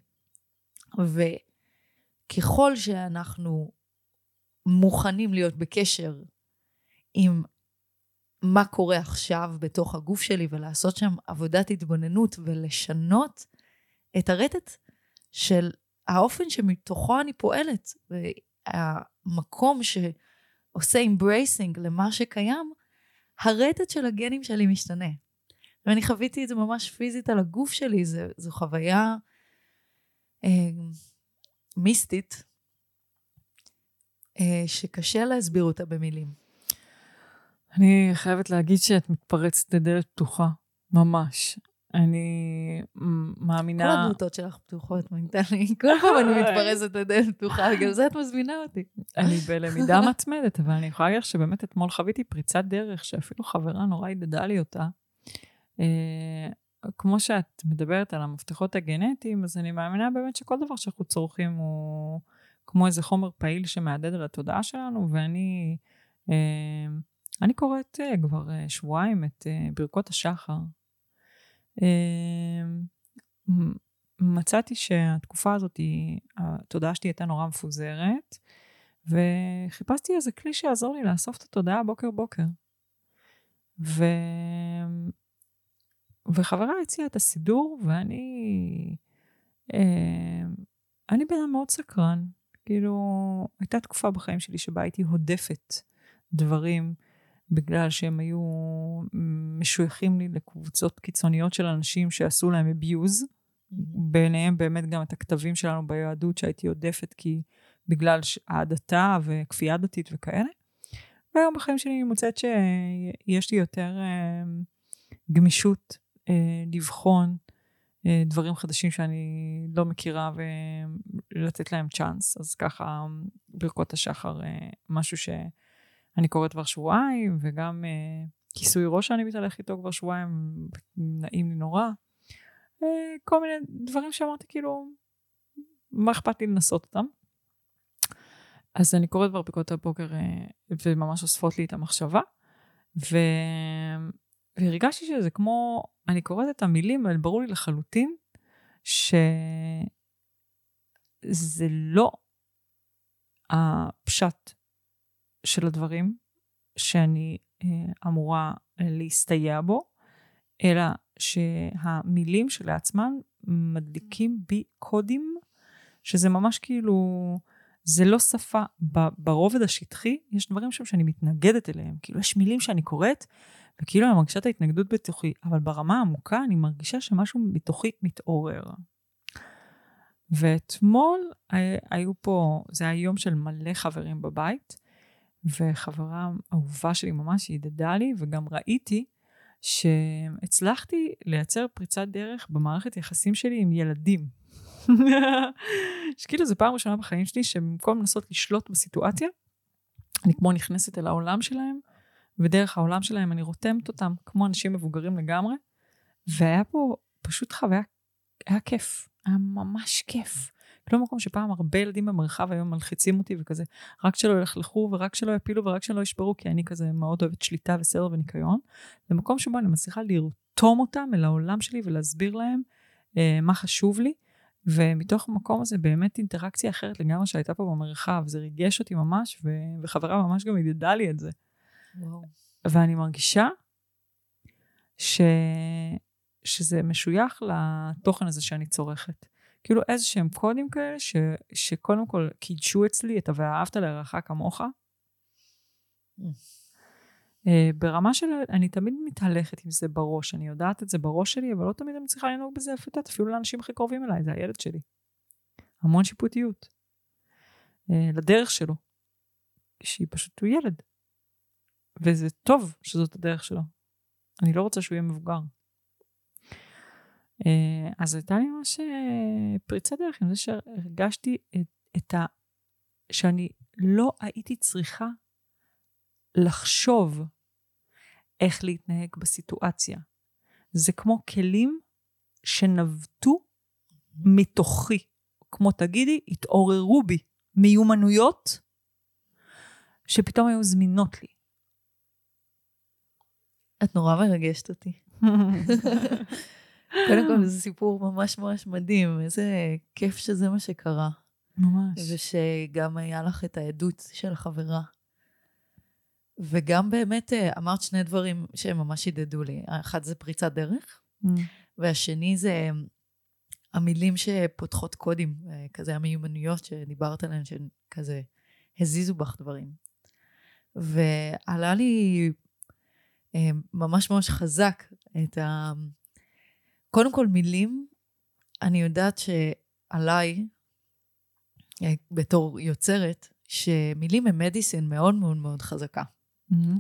וככל שאנחנו מוכנים להיות בקשר עם מה קורה עכשיו בתוך הגוף שלי, ולעשות שם עבודת התבוננות, ולשנות את הרטט של האופן שמתוכו אני פועלת, והמקום שעושה embracing למה שקיים, הרטט של הגנים שלי משתנה. ואני חוויתי את זה ממש פיזית על הגוף שלי, זו, זו חוויה אה, מיסטית, אה, שקשה להסביר אותה במילים. אני חייבת להגיד שאת מתפרצת לדלת פתוחה, ממש. אני מאמינה... כל הדלתות שלך פתוחות, מנטלי. כל פעם אני מתפרצת לדלת פתוחה, בגלל זה את מזמינה אותי. אני בלמידה מתמדת, אבל אני יכולה להגיד שבאמת אתמול חוויתי פריצת דרך, שאפילו חברה נורא ידדה לי אותה. כמו שאת מדברת על המפתחות הגנטיים, אז אני מאמינה באמת שכל דבר שאנחנו צורכים הוא כמו איזה חומר פעיל שמעדד על התודעה שלנו, ואני אני קוראת כבר שבועיים את ברכות השחר. מצאתי שהתקופה הזאת, התודעה שלי הייתה נורא מפוזרת, וחיפשתי איזה כלי שיעזור לי לאסוף את התודעה בוקר בוקר. ו... וחברה הציעה את הסידור, ואני אני בן אדם מאוד סקרן. כאילו, הייתה תקופה בחיים שלי שבה הייתי הודפת דברים, בגלל שהם היו משויכים לי לקבוצות קיצוניות של אנשים שעשו להם אביוז, ביניהם באמת גם את הכתבים שלנו ביהדות שהייתי עודפת, כי בגלל העדתה וכפייה דתית וכאלה. והיום בחיים שלי אני מוצאת שיש לי יותר אה, גמישות אה, לבחון אה, דברים חדשים שאני לא מכירה ולתת להם צ'אנס. אז ככה ברכות השחר אה, משהו שאני קוראת כבר שבועיים, וגם אה, כיסוי ראש שאני מתהלך איתו כבר שבועיים, נעים לי נורא. אה, כל מיני דברים שאמרתי כאילו, מה אכפת לי לנסות אותם? אז אני קוראת כבר ברכות הבוקר, וממש אוספות לי את המחשבה, ו... והרגשתי שזה כמו, אני קוראת את המילים, אבל ברור לי לחלוטין, שזה לא הפשט של הדברים, שאני אמורה להסתייע בו, אלא שהמילים שלעצמם מדליקים בי קודים, שזה ממש כאילו... זה לא שפה, ברובד השטחי, יש דברים שם שאני מתנגדת אליהם, כאילו יש מילים שאני קוראת, וכאילו אני מרגישה את ההתנגדות בתוכי, אבל ברמה העמוקה אני מרגישה שמשהו בתוכי מתעורר. ואתמול היו פה, זה היה יום של מלא חברים בבית, וחברה אהובה שלי ממש ידדה לי, וגם ראיתי שהצלחתי לייצר פריצת דרך במערכת יחסים שלי עם ילדים. שכאילו זה פעם ראשונה בחיים שלי שבמקום לנסות לשלוט בסיטואציה, אני כמו נכנסת אל העולם שלהם, ודרך העולם שלהם אני רותמת אותם כמו אנשים מבוגרים לגמרי, והיה פה פשוט חוויה, היה כיף, היה ממש כיף. לא מקום שפעם הרבה ילדים במרחב היום מלחיצים אותי וכזה, רק שלא ילכלכו ורק שלא יפילו ורק שלא ישברו, כי אני כזה מאוד אוהבת שליטה וסדר וניקיון, למקום שבו אני מצליחה לרתום אותם אל העולם שלי ולהסביר להם אה, מה חשוב לי, ומתוך המקום הזה באמת אינטראקציה אחרת לגמרי שהייתה פה במרחב, זה ריגש אותי ממש, ו- וחברה ממש גם ידדה לי את זה. וואו. ואני מרגישה ש... שזה משוייך לתוכן הזה שאני צורכת. כאילו איזה שהם קודים כאלה, ש... שקודם כל קידשו אצלי את ה"ואהבת לרעך כמוך". Mm. ברמה של, אני תמיד מתהלכת עם זה בראש, אני יודעת את זה בראש שלי, אבל לא תמיד אני צריכה לנהוג בזה אפילו, אפילו לאנשים הכי קרובים אליי, זה הילד שלי. המון שיפוטיות. לדרך שלו, שהיא פשוט הוא ילד. וזה טוב שזאת הדרך שלו. אני לא רוצה שהוא יהיה מבוגר. אז הייתה לי ממש פריצת דרך, עם זה שהרגשתי את, את ה... שאני לא הייתי צריכה לחשוב איך להתנהג בסיטואציה. זה כמו כלים שנבטו מתוכי. כמו תגידי, התעוררו בי מיומנויות שפתאום היו זמינות לי. את נורא מרגשת אותי. קודם כל, זה סיפור ממש ממש מדהים. איזה כיף שזה מה שקרה. ממש. ושגם היה לך את העדות של החברה. וגם באמת אמרת שני דברים שהם ממש ידדו לי. האחד זה פריצת דרך, mm. והשני זה המילים שפותחות קודים, כזה המיומנויות שדיברת עליהן, שכזה הזיזו בך דברים. ועלה לי ממש ממש חזק את ה... קודם כל מילים, אני יודעת שעליי, בתור יוצרת, שמילים הם מדיסין מאוד מאוד מאוד חזקה. Mm-hmm.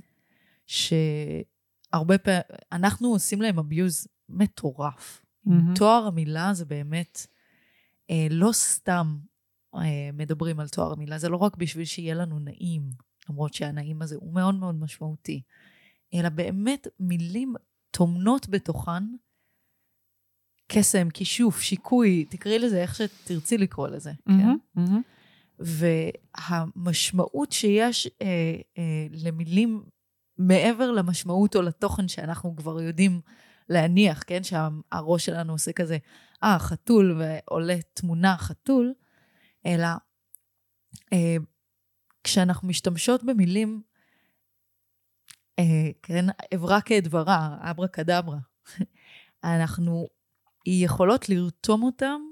שהרבה פעמים, אנחנו עושים להם אביוז מטורף. Mm-hmm. תואר המילה זה באמת, אה, לא סתם אה, מדברים על תואר המילה, זה לא רק בשביל שיהיה לנו נעים, למרות שהנעים הזה הוא מאוד מאוד משמעותי, אלא באמת מילים תומנות בתוכן, קסם, כישוף, שיקוי, תקראי לזה איך שתרצי לקרוא לזה. Mm-hmm. כן? Mm-hmm. והמשמעות שיש אה, אה, למילים מעבר למשמעות או לתוכן שאנחנו כבר יודעים להניח, כן? שהראש שלנו עושה כזה, אה, חתול, ועולה תמונה חתול, אלא אה, כשאנחנו משתמשות במילים, אה, כן? עברה כדברה, אברה כדברה, אנחנו יכולות לרתום אותם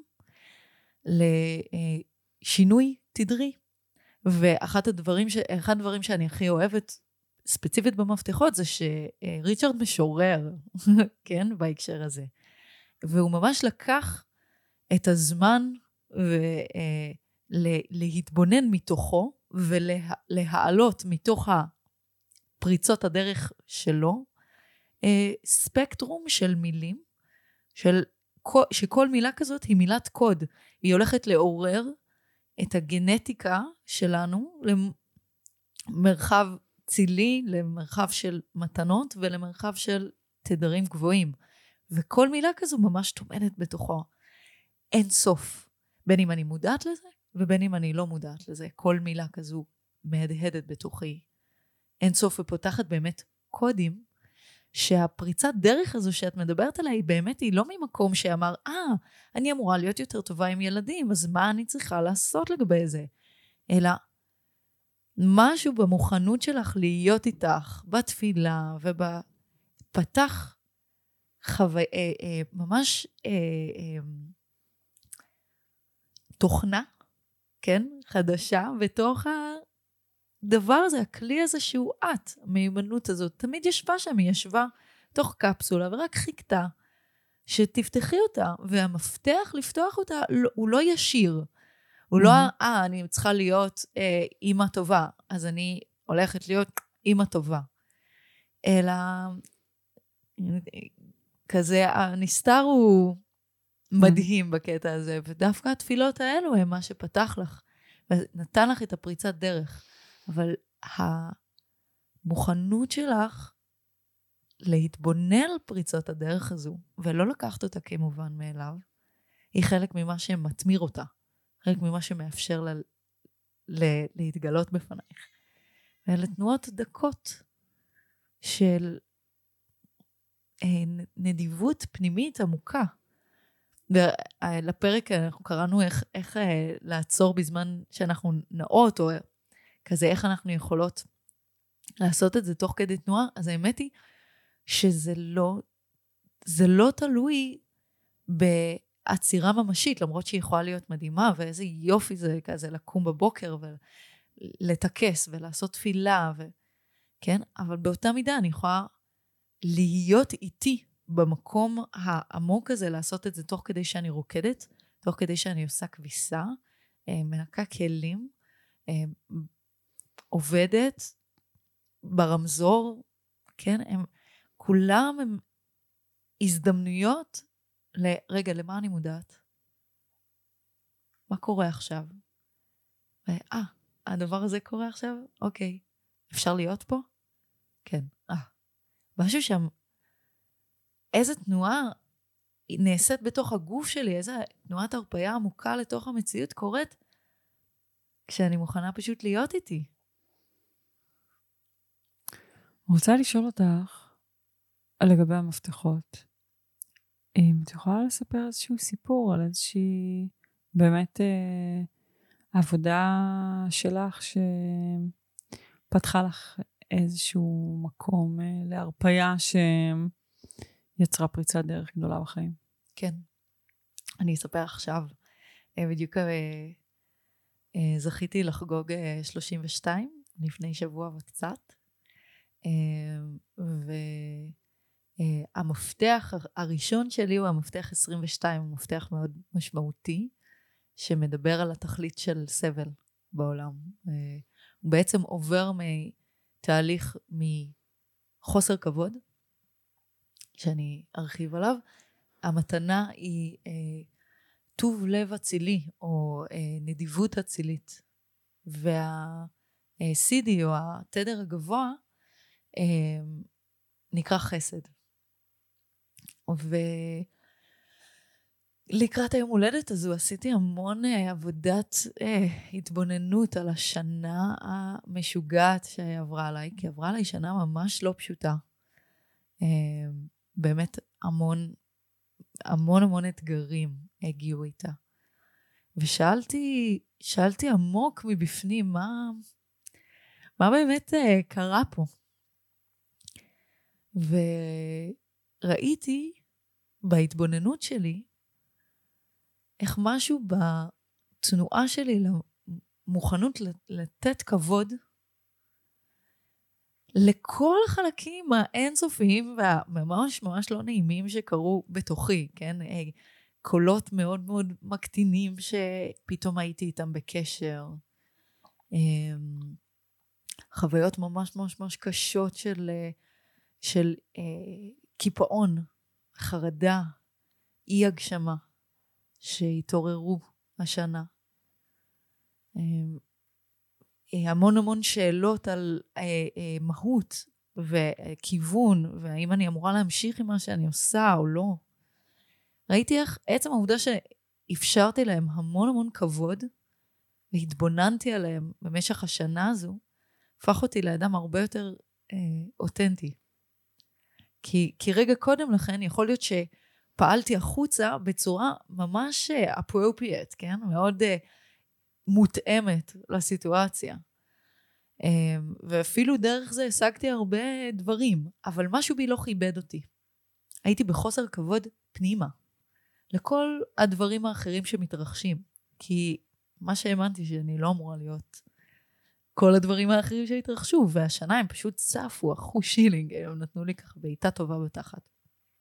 לשינוי תדרי. ואחד הדברים, ש... אחד הדברים שאני הכי אוהבת, ספציפית במפתחות, זה שריצ'רד משורר, כן, בהקשר הזה. והוא ממש לקח את הזמן ולהתבונן מתוכו, ולהעלות מתוך הפריצות הדרך שלו, ספקטרום של מילים, של, שכל מילה כזאת היא מילת קוד. היא הולכת לעורר את הגנטיקה שלנו למרחב צילי, למרחב של מתנות ולמרחב של תדרים גבוהים. וכל מילה כזו ממש תומנת בתוכו. אין סוף. בין אם אני מודעת לזה ובין אם אני לא מודעת לזה. כל מילה כזו מהדהדת בתוכי. אין סוף ופותחת באמת קודים, שהפריצת דרך הזו שאת מדברת עליה, היא באמת היא לא ממקום שאמר, אה, אני אמורה להיות יותר טובה עם ילדים, אז מה אני צריכה לעשות לגבי זה? אלא משהו במוכנות שלך להיות איתך, בתפילה ובפתח חווי, אה, אה, ממש אה, אה, תוכנה, כן? חדשה, בתוך הדבר הזה, הכלי הזה שהוא את, המיומנות הזאת, תמיד ישבה שם, היא ישבה תוך קפסולה, ורק חיכתה שתפתחי אותה, והמפתח לפתוח אותה הוא לא ישיר. הוא לא, אה, אני צריכה להיות אה, אימא טובה, אז אני הולכת להיות אימא טובה. אלא, כזה, הנסתר הוא מדהים בקטע הזה, ודווקא התפילות האלו הם מה שפתח לך, ונתן לך את הפריצת דרך. אבל המוכנות שלך להתבונן על פריצות הדרך הזו, ולא לקחת אותה כמובן מאליו, היא חלק ממה שמתמיר אותה. חלק ממה שמאפשר לה ל- להתגלות בפנייך. ואלה תנועות דקות של אה, נדיבות פנימית עמוקה. ולפרק אנחנו קראנו איך, איך אה, לעצור בזמן שאנחנו נעות, או כזה איך אנחנו יכולות לעשות את זה תוך כדי תנועה. אז האמת היא שזה לא, זה לא תלוי ב... עצירה ממשית, למרות שהיא יכולה להיות מדהימה, ואיזה יופי זה כזה לקום בבוקר ולתקס ולעשות תפילה, ו... כן? אבל באותה מידה אני יכולה להיות איתי במקום העמוק הזה, לעשות את זה תוך כדי שאני רוקדת, תוך כדי שאני עושה כביסה, מנקה כלים, עובדת ברמזור, כן? הם, כולם הם הזדמנויות לרגע, למה אני מודעת? מה קורה עכשיו? אה, הדבר הזה קורה עכשיו? אוקיי. אפשר להיות פה? כן. אה. משהו שם, איזה תנועה נעשית בתוך הגוף שלי, איזה תנועת הרפאיה עמוקה לתוך המציאות קורית, כשאני מוכנה פשוט להיות איתי. רוצה לשאול אותך, לגבי המפתחות, אם את יכולה לספר איזשהו סיפור על איזושהי באמת אה, עבודה שלך שפתחה לך איזשהו מקום אה, להרפיה שיצרה פריצת דרך גדולה בחיים. כן. אני אספר עכשיו. אה, בדיוק אה, אה, זכיתי לחגוג אה, שלושים ושתיים לפני שבוע וקצת. אה, ו... Uh, המפתח הראשון שלי הוא המפתח עשרים ושתיים, הוא מפתח מאוד משמעותי, שמדבר על התכלית של סבל בעולם. Uh, הוא בעצם עובר מתהליך מחוסר כבוד, שאני ארחיב עליו. המתנה היא uh, טוב לב אצילי, או uh, נדיבות אצילית. וה-סי די, או התדר הגבוה, uh, נקרא חסד. ולקראת היום הולדת הזו עשיתי המון עבודת אה, התבוננות על השנה המשוגעת שעברה עליי, כי עברה עליי שנה ממש לא פשוטה. אה, באמת המון, המון המון אתגרים הגיעו איתה. ושאלתי, שאלתי עמוק מבפנים, מה, מה באמת אה, קרה פה? וראיתי בהתבוננות שלי איך משהו בתנועה שלי למוכנות לתת כבוד לכל החלקים האינסופיים והממש ממש לא נעימים שקרו בתוכי, כן? קולות מאוד מאוד מקטינים שפתאום הייתי איתם בקשר, חוויות ממש ממש ממש קשות של של אה, קיפאון, חרדה, אי הגשמה שהתעוררו השנה. אה, אה, המון המון שאלות על אה, אה, מהות וכיוון, והאם אני אמורה להמשיך עם מה שאני עושה או לא. ראיתי איך עצם העובדה שאפשרתי להם המון המון כבוד, והתבוננתי עליהם במשך השנה הזו, הפך אותי לאדם הרבה יותר אה, אותנטי. כי, כי רגע קודם לכן יכול להיות שפעלתי החוצה בצורה ממש appropriate, כן? מאוד uh, מותאמת לסיטואציה. Um, ואפילו דרך זה השגתי הרבה דברים, אבל משהו בי לא כיבד אותי. הייתי בחוסר כבוד פנימה, לכל הדברים האחרים שמתרחשים. כי מה שהאמנתי שאני לא אמורה להיות כל הדברים האחרים שהתרחשו, והשנה הם פשוט צפו, אחו שילינג, הם נתנו לי ככה בעיטה טובה בתחת.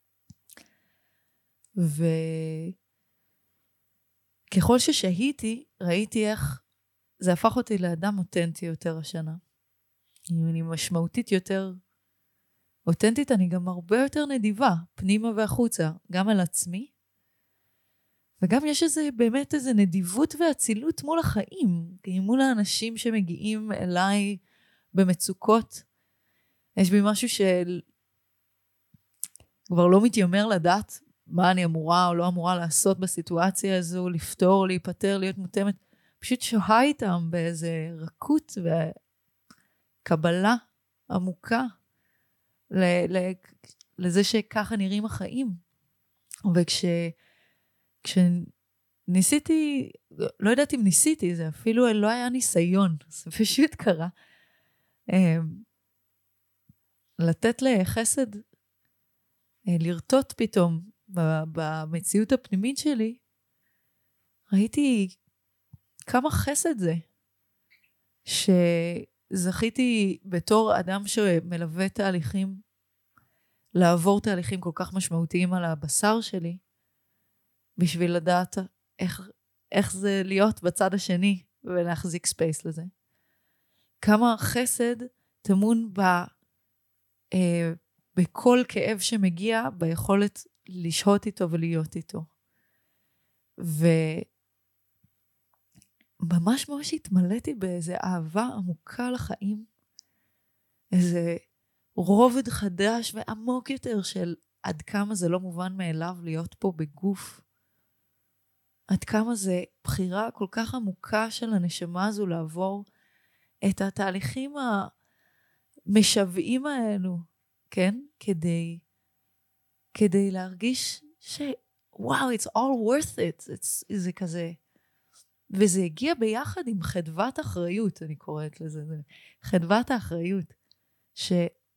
וככל ששהיתי, ראיתי איך זה הפך אותי לאדם אותנטי יותר השנה. אם אני משמעותית יותר אותנטית, אני גם הרבה יותר נדיבה, פנימה והחוצה, גם על עצמי, וגם יש איזה, באמת איזה נדיבות ואצילות מול החיים, מול האנשים שמגיעים אליי במצוקות. יש בי משהו של כבר לא מתיימר לדעת מה אני אמורה או לא אמורה לעשות בסיטואציה הזו, לפתור, להיפטר, להיות מותאמת. פשוט שוהה איתם באיזה רכות וקבלה עמוקה ל- ל- לזה שככה נראים החיים. וכש... כשניסיתי, לא יודעת אם ניסיתי, זה אפילו לא היה ניסיון, זה פשוט קרה. לתת לחסד, לרטוט פתאום במציאות הפנימית שלי, ראיתי כמה חסד זה, שזכיתי בתור אדם שמלווה תהליכים, לעבור תהליכים כל כך משמעותיים על הבשר שלי, בשביל לדעת איך, איך זה להיות בצד השני ולהחזיק ספייס לזה. כמה חסד תמון ב, אה, בכל כאב שמגיע, ביכולת לשהות איתו ולהיות איתו. וממש ממש התמלאתי באיזו אהבה עמוקה לחיים, איזה רובד חדש ועמוק יותר של עד כמה זה לא מובן מאליו להיות פה בגוף, עד כמה זה בחירה כל כך עמוקה של הנשמה הזו לעבור את התהליכים המשוועים האלו, כן? כדי כדי להרגיש ש... וואו, it's all worth it. It's, זה כזה... וזה הגיע ביחד עם חדוות אחריות, אני קוראת לזה. חדוות האחריות. ש...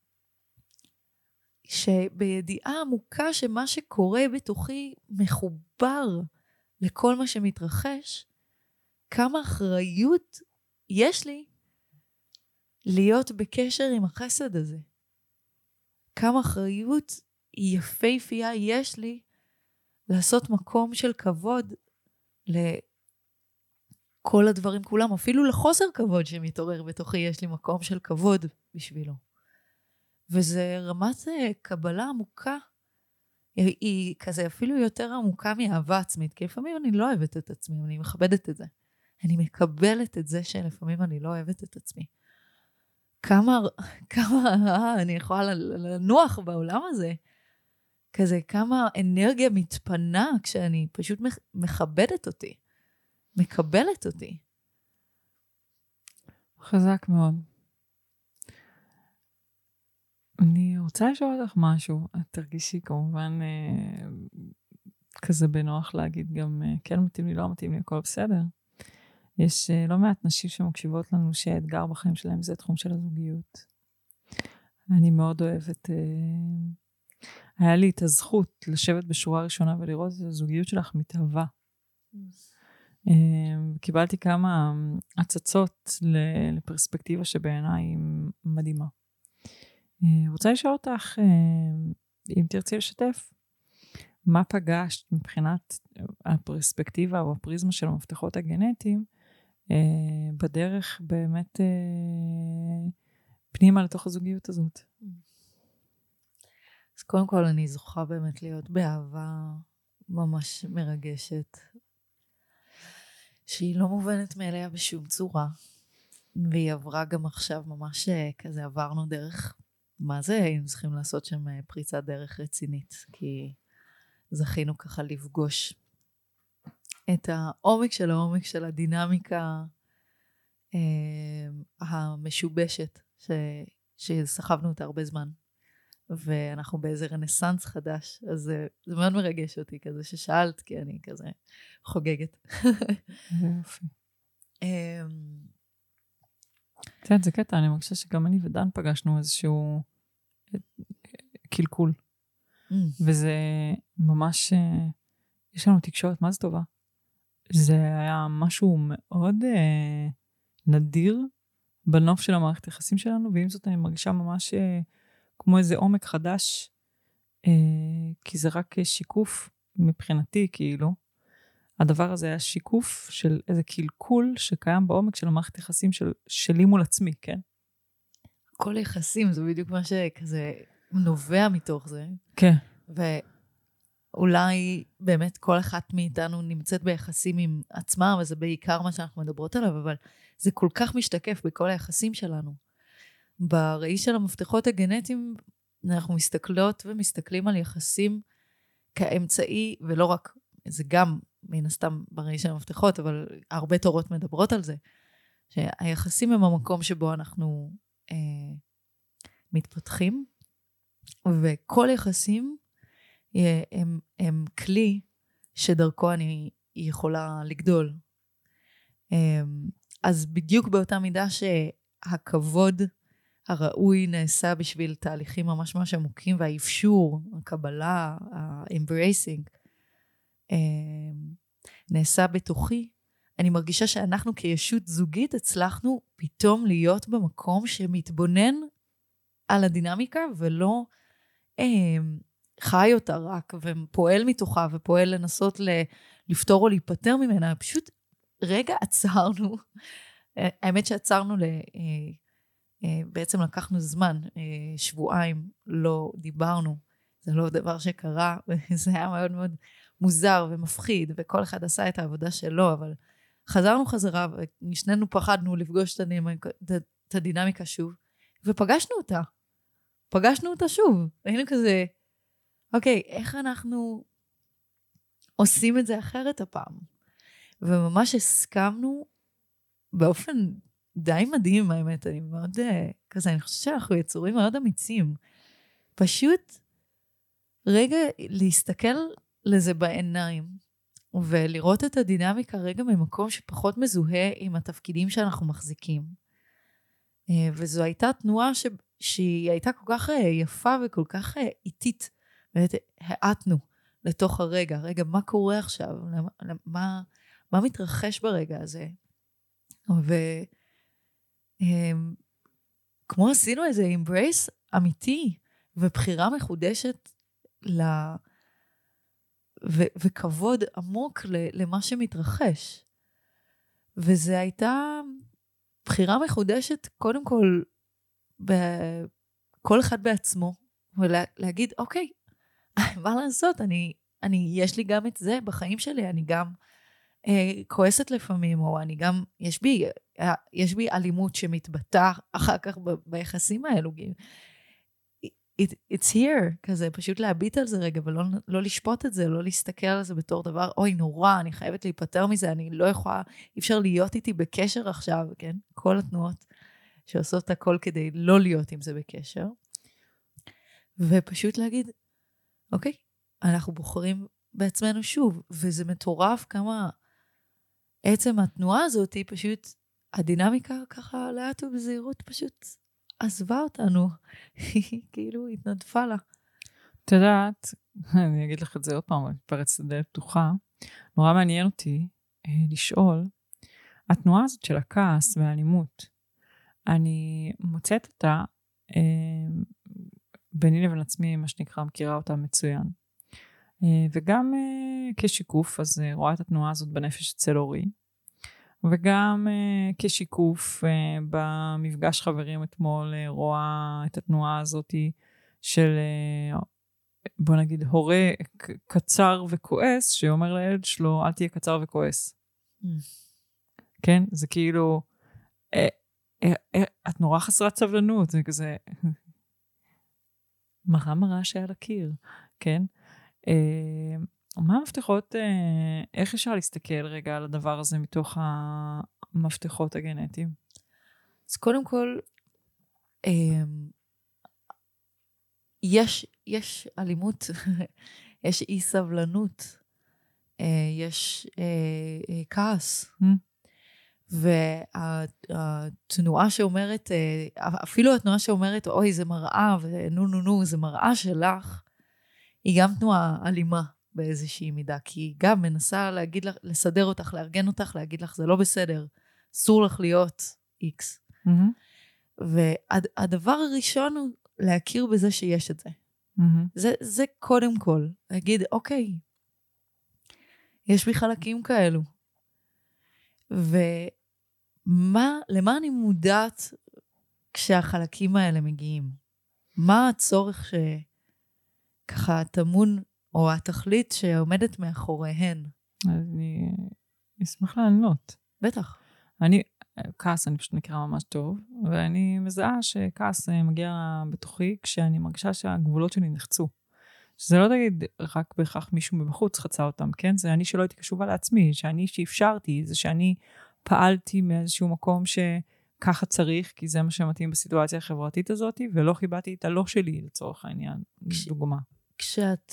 שבידיעה עמוקה שמה שקורה בתוכי מחובר לכל מה שמתרחש, כמה אחריות יש לי להיות בקשר עם החסד הזה. כמה אחריות יפהפייה יש לי לעשות מקום של כבוד לכל הדברים כולם, אפילו לחוסר כבוד שמתעורר בתוכי, יש לי מקום של כבוד בשבילו. וזה רמת קבלה עמוקה, היא, היא כזה אפילו יותר עמוקה מאהבה עצמית, כי לפעמים אני לא אוהבת את עצמי, אני מכבדת את זה. אני מקבלת את זה שלפעמים אני לא אוהבת את עצמי. כמה, כמה אני יכולה לנוח בעולם הזה, כזה כמה אנרגיה מתפנה כשאני פשוט מכבדת אותי, מקבלת אותי. חזק מאוד. אני רוצה לשאול אותך משהו, את תרגישי כמובן אה, כזה בנוח להגיד גם אה, כן מתאים לי, לא מתאים לי, הכל בסדר. יש אה, לא מעט נשים שמקשיבות לנו שהאתגר בחיים שלהם זה תחום של הזוגיות. אני מאוד אוהבת, אה, היה לי את הזכות לשבת בשורה ראשונה ולראות את הזוגיות שלך מתהווה. אה, קיבלתי כמה הצצות לפרספקטיבה שבעיניי היא מדהימה. רוצה לשאול אותך, אם תרצי לשתף, מה פגשת מבחינת הפרספקטיבה או הפריזמה של המפתחות הגנטיים, בדרך באמת פנימה לתוך הזוגיות הזאת? אז קודם כל אני זוכה באמת להיות באהבה ממש מרגשת, שהיא לא מובנת מאליה בשום צורה, והיא עברה גם עכשיו ממש כזה עברנו דרך, מה זה היינו צריכים לעשות שם פריצת דרך רצינית, כי זכינו ככה לפגוש את העומק של העומק של הדינמיקה אה, המשובשת ש, שסחבנו אותה הרבה זמן, ואנחנו באיזה רנסנס חדש, אז זה, זה מאוד מרגש אותי כזה ששאלת, כי אני כזה חוגגת. זה יופי. את יודעת, זה קטע, אני מרגישה שגם אני ודן פגשנו איזשהו קלקול. וזה ממש, יש לנו תקשורת, מה זה טובה? זה היה משהו מאוד נדיר בנוף של המערכת היחסים שלנו, ועם זאת אני מרגישה ממש כמו איזה עומק חדש, כי זה רק שיקוף מבחינתי, כאילו. הדבר הזה היה שיקוף של איזה קלקול שקיים בעומק של המערכת היחסים של, שלי מול עצמי, כן? כל יחסים, זה בדיוק מה שכזה נובע מתוך זה. כן. ואולי באמת כל אחת מאיתנו נמצאת ביחסים עם עצמה, וזה בעיקר מה שאנחנו מדברות עליו, אבל זה כל כך משתקף בכל היחסים שלנו. בראי של המפתחות הגנטיים, אנחנו מסתכלות ומסתכלים על יחסים כאמצעי, ולא רק, זה גם מן הסתם בראי של המפתחות, אבל הרבה תורות מדברות על זה, שהיחסים הם המקום שבו אנחנו אה, מתפתחים, וכל יחסים הם, הם כלי שדרכו אני יכולה לגדול. אז בדיוק באותה מידה שהכבוד הראוי נעשה בשביל תהליכים ממש ממש עמוקים, והאפשור, הקבלה, האמברייסינג, נעשה בתוכי, אני מרגישה שאנחנו כישות זוגית הצלחנו פתאום להיות במקום שמתבונן על הדינמיקה, ולא אה, חי אותה רק, ופועל מתוכה, ופועל לנסות לפתור או להיפטר ממנה. פשוט רגע עצרנו, האמת שעצרנו, ל, אה, אה, בעצם לקחנו זמן, אה, שבועיים לא דיברנו, זה לא דבר שקרה, וזה היה מאוד מאוד מוזר ומפחיד, וכל אחד עשה את העבודה שלו, אבל חזרנו חזרה, ושנינו פחדנו לפגוש את הדינמיקה שוב, ופגשנו אותה. פגשנו אותה שוב. היינו כזה, אוקיי, איך אנחנו עושים את זה אחרת הפעם? וממש הסכמנו באופן די מדהים, האמת, אני מאוד, כזה, אני חושבת שאנחנו יצורים מאוד אמיצים. פשוט רגע להסתכל לזה בעיניים, ולראות את הדינמיקה רגע ממקום שפחות מזוהה עם התפקידים שאנחנו מחזיקים. וזו הייתה תנועה ש... שהיא הייתה כל כך יפה וכל כך איטית, והאטנו לתוך הרגע. רגע, מה קורה עכשיו? מה, מה מתרחש ברגע הזה? וכמו עשינו איזה אמברייס אמיתי, ובחירה מחודשת ל... ו... וכבוד עמוק למה שמתרחש. וזה הייתה בחירה מחודשת, קודם כל, בכל אחד בעצמו, ולהגיד, אוקיי, מה לעשות? אני, אני, יש לי גם את זה בחיים שלי, אני גם אה, כועסת לפעמים, או אני גם, יש בי, אה, יש בי אלימות שמתבטא אחר כך ב, ביחסים האלו. It, it's here, כזה, פשוט להביט על זה רגע, ולא לא לשפוט את זה, לא להסתכל על זה בתור דבר, אוי, נורא, אני חייבת להיפטר מזה, אני לא יכולה, אי אפשר להיות איתי בקשר עכשיו, כן? כל התנועות שעושות הכל כדי לא להיות עם זה בקשר. ופשוט להגיד, אוקיי, אנחנו בוחרים בעצמנו שוב, וזה מטורף כמה עצם התנועה הזאת היא פשוט, הדינמיקה ככה לאט ובזהירות פשוט עזבה אותנו, היא כאילו התנדפה לה. את יודעת, אני אגיד לך את זה עוד פעם, אני פרץ לדלת פתוחה, נורא מעניין אותי אה, לשאול, התנועה הזאת של הכעס והאלימות, אני מוצאת אותה אה, ביני לבין עצמי, מה שנקרא, מכירה אותה מצוין. אה, וגם אה, כשיקוף, אז אה, רואה את התנועה הזאת בנפש אצל אורי, וגם uh, כשיקוף uh, במפגש חברים אתמול uh, רואה את התנועה הזאת של, uh, בוא נגיד, הורה קצר וכועס, שאומר לילד שלו, אל תהיה קצר וכועס. Mm. כן? זה כאילו, אה, אה, אה, את נורא חסרת סבלנות, זה כזה, מראה מראה שעל הקיר, כן? אה, מה המפתחות, איך אפשר להסתכל רגע על הדבר הזה מתוך המפתחות הגנטיים? אז קודם כל, יש, יש אלימות, יש אי סבלנות, יש כעס, והתנועה שאומרת, אפילו התנועה שאומרת, אוי, זה מראה, ונו נו נו, זה מראה שלך, היא גם תנועה אלימה. באיזושהי מידה, כי היא גם מנסה להגיד לך, לסדר אותך, לארגן אותך, להגיד לך, זה לא בסדר, אסור לך להיות איקס. Mm-hmm. והדבר הראשון הוא להכיר בזה שיש את זה. Mm-hmm. זה, זה קודם כל, להגיד, אוקיי, יש בי חלקים כאלו. ומה, למה אני מודעת כשהחלקים האלה מגיעים? מה הצורך שככה תמון או התכלית שעומדת מאחוריהן? אני אשמח לענות. בטח. אני, כעס אני פשוט מכירה ממש טוב, ואני מזהה שכעס מגיע בתוכי כשאני מרגישה שהגבולות שלי נחצו. שזה לא תגיד רק בהכרח מישהו מבחוץ חצה אותם, כן? זה אני שלא הייתי קשובה לעצמי, שאני שאפשרתי, זה שאני פעלתי מאיזשהו מקום שככה צריך, כי זה מה שמתאים בסיטואציה החברתית הזאת, ולא חיבאתי את הלא שלי לצורך העניין, כש... דוגמה. כשאת,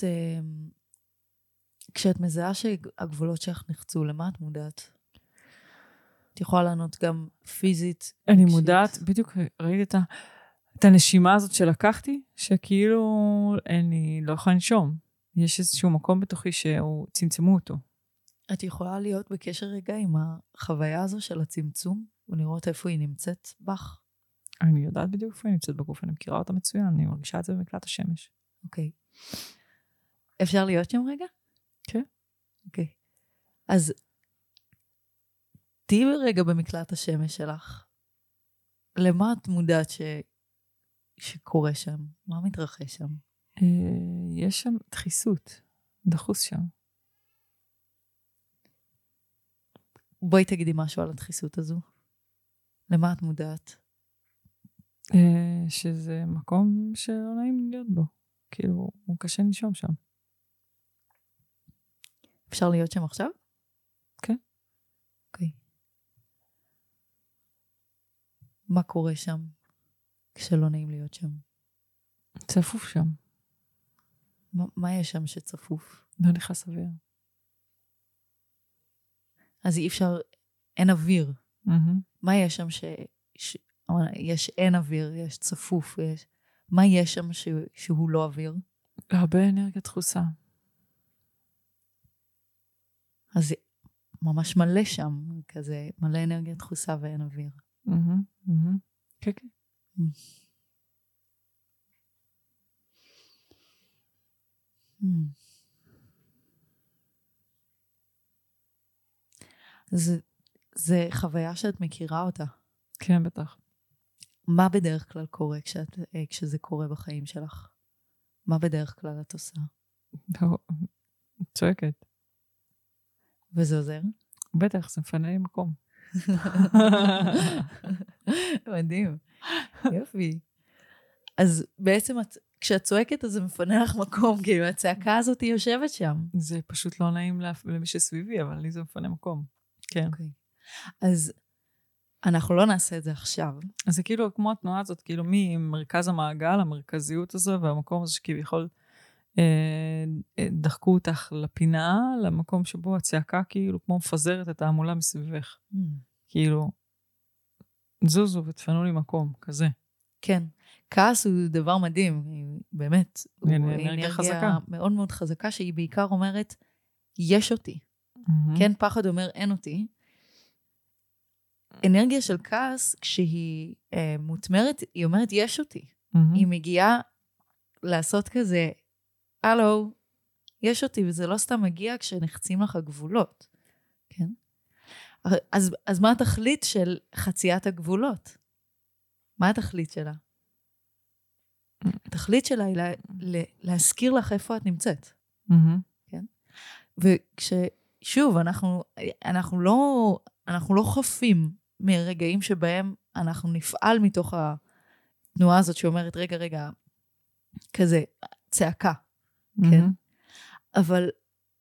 כשאת מזהה שהגבולות שלך נחצו, למה את מודעת? את יכולה לענות גם פיזית. אני מודעת, בדיוק ראיתי את, ה, את הנשימה הזאת שלקחתי, שכאילו אני לא יכולה לנשום. יש איזשהו מקום בתוכי שהוא צמצמו אותו. את יכולה להיות בקשר רגע עם החוויה הזו של הצמצום, ולראות איפה היא נמצאת בך? אני יודעת בדיוק איפה היא נמצאת בגוף, אני מכירה אותה מצוין, אני מרגישה את זה במקלט השמש. אוקיי. אפשר להיות שם רגע? כן. אוקיי. אז תהי רגע במקלט השמש שלך. למה את מודעת ש... שקורה שם? מה מתרחש שם? יש שם דחיסות, דחוס שם. בואי תגידי משהו על הדחיסות הזו. למה את מודעת? שזה מקום שלא נעים להיות בו. כאילו, הוא קשה לנשום שם. אפשר להיות שם עכשיו? כן. אוקיי. מה קורה שם כשלא נעים להיות שם? צפוף שם. מה, מה יש שם שצפוף? לא נכנס אוויר. אז אי אפשר, אין אוויר. Mm-hmm. מה יש שם ש... ש... יש אין אוויר, יש צפוף, יש... מה יש שם ש... שהוא לא אוויר? הרבה אנרגיה דחוסה. אז ממש מלא שם, כזה מלא אנרגיה דחוסה ואין אוויר. Mm-hmm. Mm-hmm. כן, כן. Mm. זה, זה חוויה שאת מכירה אותה. כן, בטח. מה בדרך כלל קורה כשאת, כשזה קורה בחיים שלך? מה בדרך כלל את עושה? לא, צועקת. וזה עוזר? בטח, זה מפנה לי מקום. מדהים. יופי. אז בעצם את, כשאת צועקת, אז זה מפנה לך מקום, כאילו הצעקה הזאת היא יושבת שם. זה פשוט לא נעים למי שסביבי, אבל לי זה מפנה מקום. כן. אוקיי. אז אנחנו לא נעשה את זה עכשיו. אז זה כאילו כמו התנועה הזאת, כאילו ממרכז המעגל, המרכזיות הזו, והמקום הזה שכביכול אה, דחקו אותך לפינה, למקום שבו הצעקה כאילו כמו מפזרת את העמולה מסביבך. Mm. כאילו, זוזו ותפנו לי מקום, כזה. כן. כעס הוא דבר מדהים, באמת. הוא אנרגיה חזקה. מאוד מאוד חזקה, שהיא בעיקר אומרת, יש אותי. Mm-hmm. כן, פחד אומר, אין אותי. אנרגיה של כעס, כשהיא אה, מותמרת, היא אומרת, יש אותי. Mm-hmm. היא מגיעה לעשות כזה, הלו, יש אותי, וזה לא סתם מגיע כשנחצים לך הגבולות. כן? אז, אז מה התכלית של חציית הגבולות? מה התכלית שלה? התכלית שלה היא לה, לה, להזכיר לך איפה את נמצאת. Mm-hmm. כן? וכששוב, אנחנו, אנחנו לא, אנחנו לא חפים מרגעים שבהם אנחנו נפעל מתוך התנועה הזאת שאומרת, רגע, רגע, כזה, צעקה. Mm-hmm. כן? אבל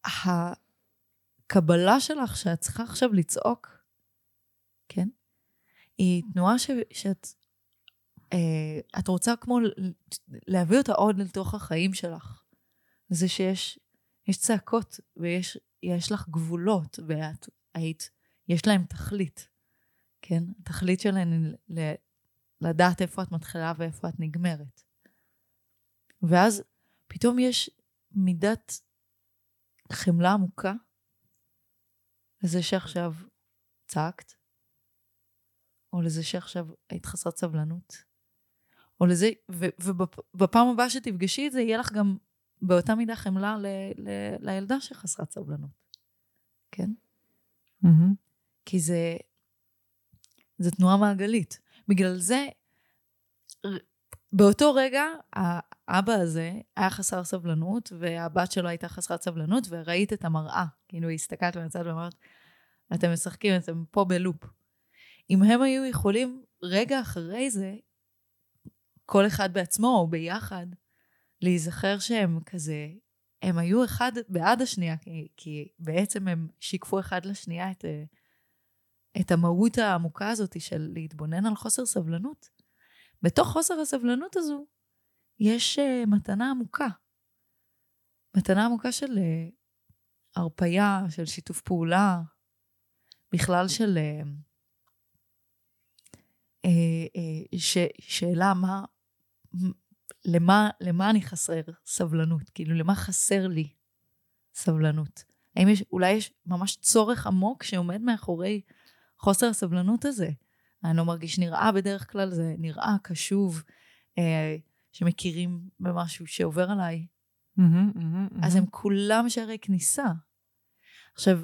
הקבלה שלך שאת צריכה עכשיו לצעוק, כן? היא תנועה ש, שאת אה, את רוצה כמו להביא אותה עוד לתוך החיים שלך. זה שיש יש צעקות ויש יש לך גבולות, ואת היית, יש להם תכלית. כן? התכלית שלהן ל, לדעת איפה את מתחילה ואיפה את נגמרת. ואז פתאום יש מידת חמלה עמוקה לזה שעכשיו צעקת, או לזה שעכשיו היית חסרת סבלנות, או לזה, ובפעם הבאה שתפגשי את זה, יהיה לך גם באותה מידה חמלה ל, ל, לילדה שחסרת סבלנות. כן? Mm-hmm. כי זה, זה תנועה מעגלית. בגלל זה, באותו רגע, האבא הזה היה חסר סבלנות, והבת שלו הייתה חסרת סבלנות, וראית את המראה. כאילו, הסתכלת מהצד ואמרת, אתם משחקים, אתם פה בלופ. אם הם היו יכולים, רגע אחרי זה, כל אחד בעצמו או ביחד, להיזכר שהם כזה, הם היו אחד בעד השנייה, כי, כי בעצם הם שיקפו אחד לשנייה את, את המהות העמוקה הזאת של להתבונן על חוסר סבלנות. בתוך חוסר הסבלנות הזו, יש uh, מתנה עמוקה. מתנה עמוקה של uh, הרפיה, של שיתוף פעולה, בכלל של uh, uh, uh, ש, שאלה מה, למה, למה אני חסר סבלנות? כאילו, למה חסר לי סבלנות? האם יש, אולי יש ממש צורך עמוק שעומד מאחורי חוסר הסבלנות הזה? אני לא מרגיש נראה בדרך כלל, זה נראה קשוב, אה, שמכירים במשהו שעובר עליי. Mm-hmm, mm-hmm, אז mm-hmm. הם כולם שערי כניסה. עכשיו,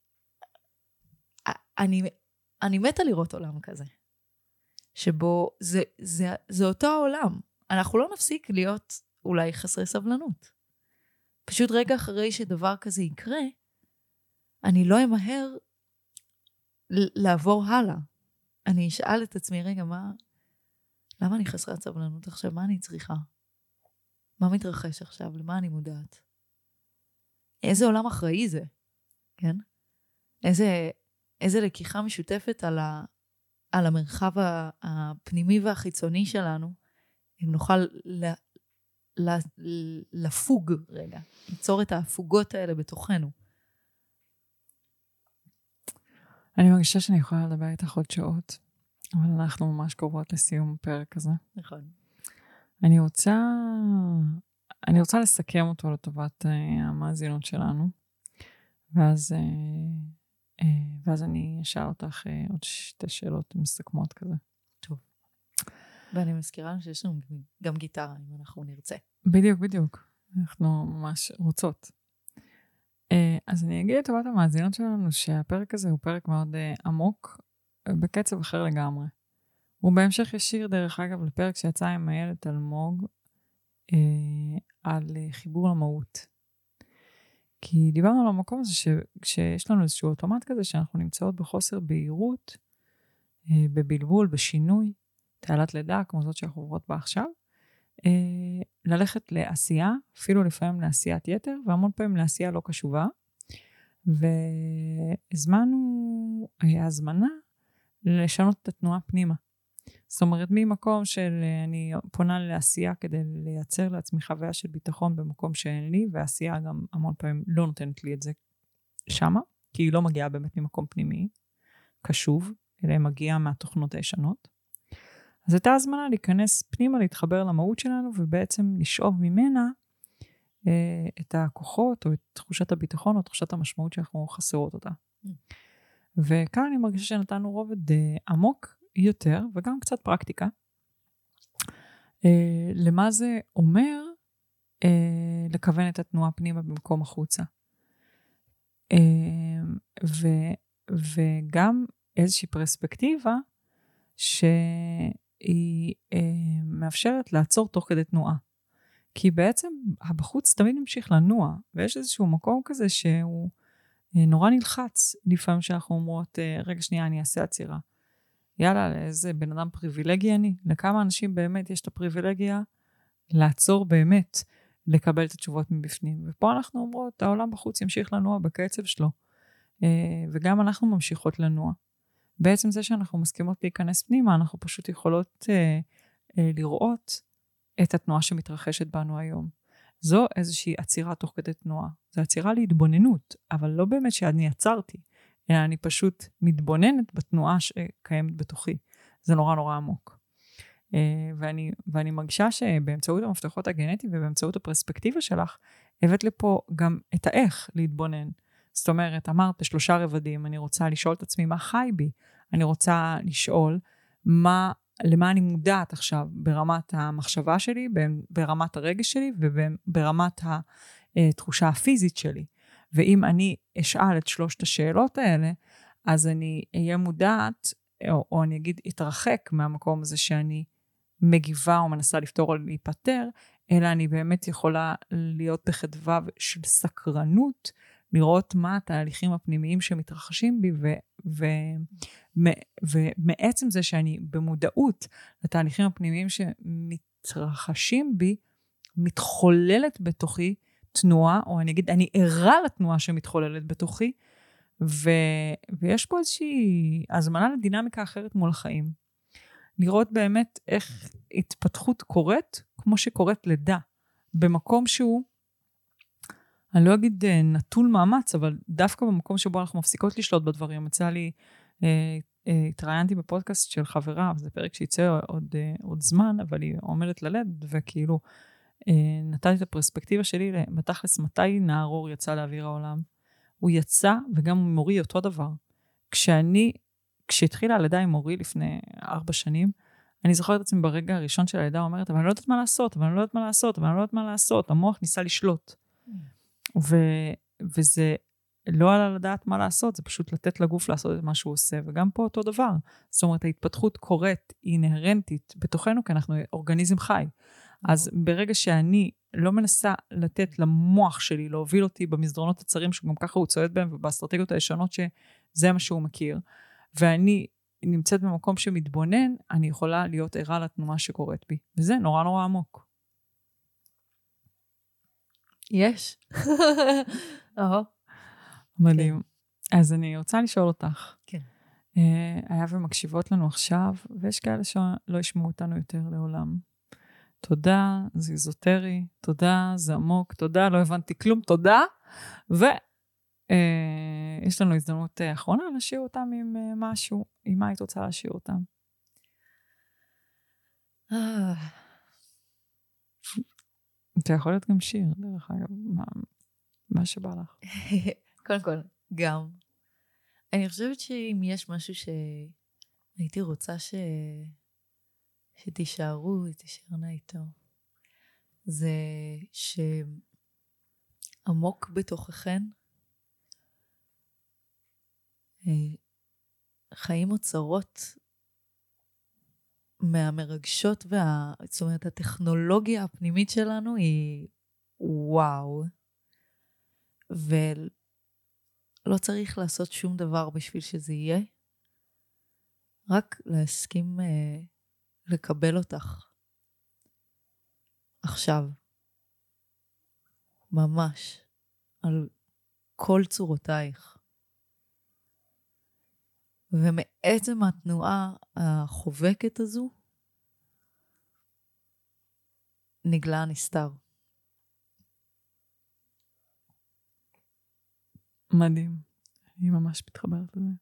אני, אני מתה לראות עולם כזה, שבו זה, זה, זה אותו העולם. אנחנו לא נפסיק להיות אולי חסרי סבלנות. פשוט רגע אחרי שדבר כזה יקרה, אני לא אמהר לעבור הלאה. אני אשאל את עצמי, רגע, מה, למה אני חסרת סבלנות עכשיו? מה אני צריכה? מה מתרחש עכשיו? למה אני מודעת? איזה עולם אחראי זה? כן? איזה, איזה לקיחה משותפת על, ה, על המרחב הפנימי והחיצוני שלנו, אם נוכל לה, לפוג רגע, ליצור את ההפוגות האלה בתוכנו. אני מרגישה שאני יכולה לדבר איתך עוד שעות, אבל אנחנו ממש קרובות לסיום הפרק הזה. נכון. אני רוצה, אני רוצה לסכם אותו לטובת uh, המאזינות שלנו, ואז, uh, uh, ואז אני אשאל אותך uh, עוד שתי שאלות מסכמות כזה. טוב. ואני מזכירה לנו שיש לנו גם גיטרה, אם אנחנו נרצה. בדיוק, בדיוק. אנחנו ממש רוצות. Uh, אז אני אגיד לטובת המאזינות שלנו שהפרק הזה הוא פרק מאוד uh, עמוק, בקצב אחר לגמרי. הוא בהמשך ישיר, דרך אגב, לפרק שיצא עם איילת אלמוג, אה, על חיבור למהות. כי דיברנו על המקום הזה שכשיש לנו איזשהו אוטומט כזה, שאנחנו נמצאות בחוסר בהירות, אה, בבלבול, בשינוי, תעלת לידה, כמו זאת שאנחנו עוברות בה עכשיו, אה, ללכת לעשייה, אפילו לפעמים לעשיית יתר, והמון פעמים לעשייה לא קשובה, והזמנו, היה הזמנה, לשנות את התנועה פנימה. זאת אומרת, ממקום של אני פונה לעשייה כדי לייצר לעצמי חוויה של ביטחון במקום שאין לי, והעשייה גם המון פעמים לא נותנת לי את זה שמה, כי היא לא מגיעה באמת ממקום פנימי, קשוב, אלא היא מגיעה מהתוכנות הישנות. אז הייתה הזמנה להיכנס פנימה, להתחבר למהות שלנו, ובעצם לשאוב ממנה אה, את הכוחות, או את תחושת הביטחון, או תחושת המשמעות שאנחנו חסרות אותה. וכאן אני מרגישה שנתנו רובד אה, עמוק יותר, וגם קצת פרקטיקה, אה, למה זה אומר אה, לכוון את התנועה פנימה במקום החוצה. אה, ו, וגם איזושהי פרספקטיבה, שהיא אה, מאפשרת לעצור תוך כדי תנועה. כי בעצם הבחוץ תמיד ממשיך לנוע, ויש איזשהו מקום כזה שהוא נורא נלחץ, לפעמים שאנחנו אומרות, רגע שנייה, אני אעשה עצירה. יאללה, איזה בן אדם פריבילגי אני. לכמה אנשים באמת יש את הפריבילגיה לעצור באמת, לקבל את התשובות מבפנים. ופה אנחנו אומרות, העולם בחוץ ימשיך לנוע בקצב שלו. וגם אנחנו ממשיכות לנוע. בעצם זה שאנחנו מסכימות להיכנס פנימה, אנחנו פשוט יכולות לראות את התנועה שמתרחשת בנו היום. זו איזושהי עצירה תוך כדי תנועה. זו עצירה להתבוננות, אבל לא באמת שאני עצרתי, אלא אני פשוט מתבוננת בתנועה שקיימת בתוכי. זה נורא נורא עמוק. ואני, ואני מרגישה שבאמצעות המפתחות הגנטיים ובאמצעות הפרספקטיבה שלך, הבאת לפה גם את האיך להתבונן. זאת אומרת, אמרת בשלושה רבדים, אני רוצה לשאול את עצמי מה חי בי. אני רוצה לשאול מה, למה אני מודעת עכשיו ברמת המחשבה שלי, ברמת הרגש שלי וברמת התחושה הפיזית שלי. ואם אני אשאל את שלושת השאלות האלה, אז אני אהיה מודעת, או, או אני אגיד, אתרחק מהמקום הזה שאני מגיבה או מנסה לפתור או להיפטר, אלא אני באמת יכולה להיות בחדווה של סקרנות, לראות מה התהליכים הפנימיים שמתרחשים בי, ו, ו, ומעצם זה שאני במודעות לתהליכים הפנימיים שמתרחשים בי, מתחוללת בתוכי תנועה, או אני אגיד, אני ערה לתנועה שמתחוללת בתוכי, ו, ויש פה איזושהי הזמנה לדינמיקה אחרת מול החיים. לראות באמת איך התפתחות קורית, כמו שקורית לידה, במקום שהוא, אני לא אגיד נטול מאמץ, אבל דווקא במקום שבו אנחנו מפסיקות לשלוט בדברים. יצא לי, אה, אה, התראיינתי בפודקאסט של חברה, זה פרק שיצא עוד, אה, עוד זמן, אבל היא עומדת ללד, וכאילו אה, נתתי את הפרספקטיבה שלי, בתכלס מתי נערור יצא לאוויר העולם. הוא יצא, וגם מורי אותו דבר. כשאני, כשהתחילה הלידה עם מורי לפני ארבע שנים, אני זוכרת את עצמי ברגע הראשון של הלידה, אומרת, אבל אני לא יודעת מה לעשות, אבל אני לא יודעת מה לעשות, אבל אני לא יודעת מה לעשות. המוח ניסה לשלוט. ו, וזה לא על לדעת מה לעשות, זה פשוט לתת לגוף לעשות את מה שהוא עושה, וגם פה אותו דבר. זאת אומרת, ההתפתחות קורית, היא אינהרנטית בתוכנו, כי אנחנו אורגניזם חי. אז ברגע שאני לא מנסה לתת למוח שלי, להוביל אותי במסדרונות הצרים, שגם ככה הוא צועד בהם, ובאסטרטגיות הישנות שזה מה שהוא מכיר, ואני נמצאת במקום שמתבונן, אני יכולה להיות ערה לתנועה שקורית בי. וזה נורא נורא עמוק. יש. מדהים. אז אני רוצה לשאול אותך. כן. היה ומקשיבות לנו עכשיו, ויש כאלה שלא ישמעו אותנו יותר לעולם. תודה, זה איזוטרי, תודה, זה עמוק, תודה, לא הבנתי כלום, תודה. ויש לנו הזדמנות אחרונה להשאיר אותם עם משהו, עם מה היית רוצה להשאיר אותם? זה יכול להיות גם שיר, דרך אגב, מה, מה שבא לך. קודם כל, גם. אני חושבת שאם יש משהו שהייתי רוצה ש... שתישארו, תישארנה איתו, זה שעמוק בתוככן, חיים אוצרות מהמרגשות, וה... זאת אומרת, הטכנולוגיה הפנימית שלנו היא וואו. ולא צריך לעשות שום דבר בשביל שזה יהיה, רק להסכים אה, לקבל אותך. עכשיו. ממש. על כל צורותייך. ומעצם התנועה החובקת הזו, נגלה נסתר. מדהים. אני ממש מתחברת לזה.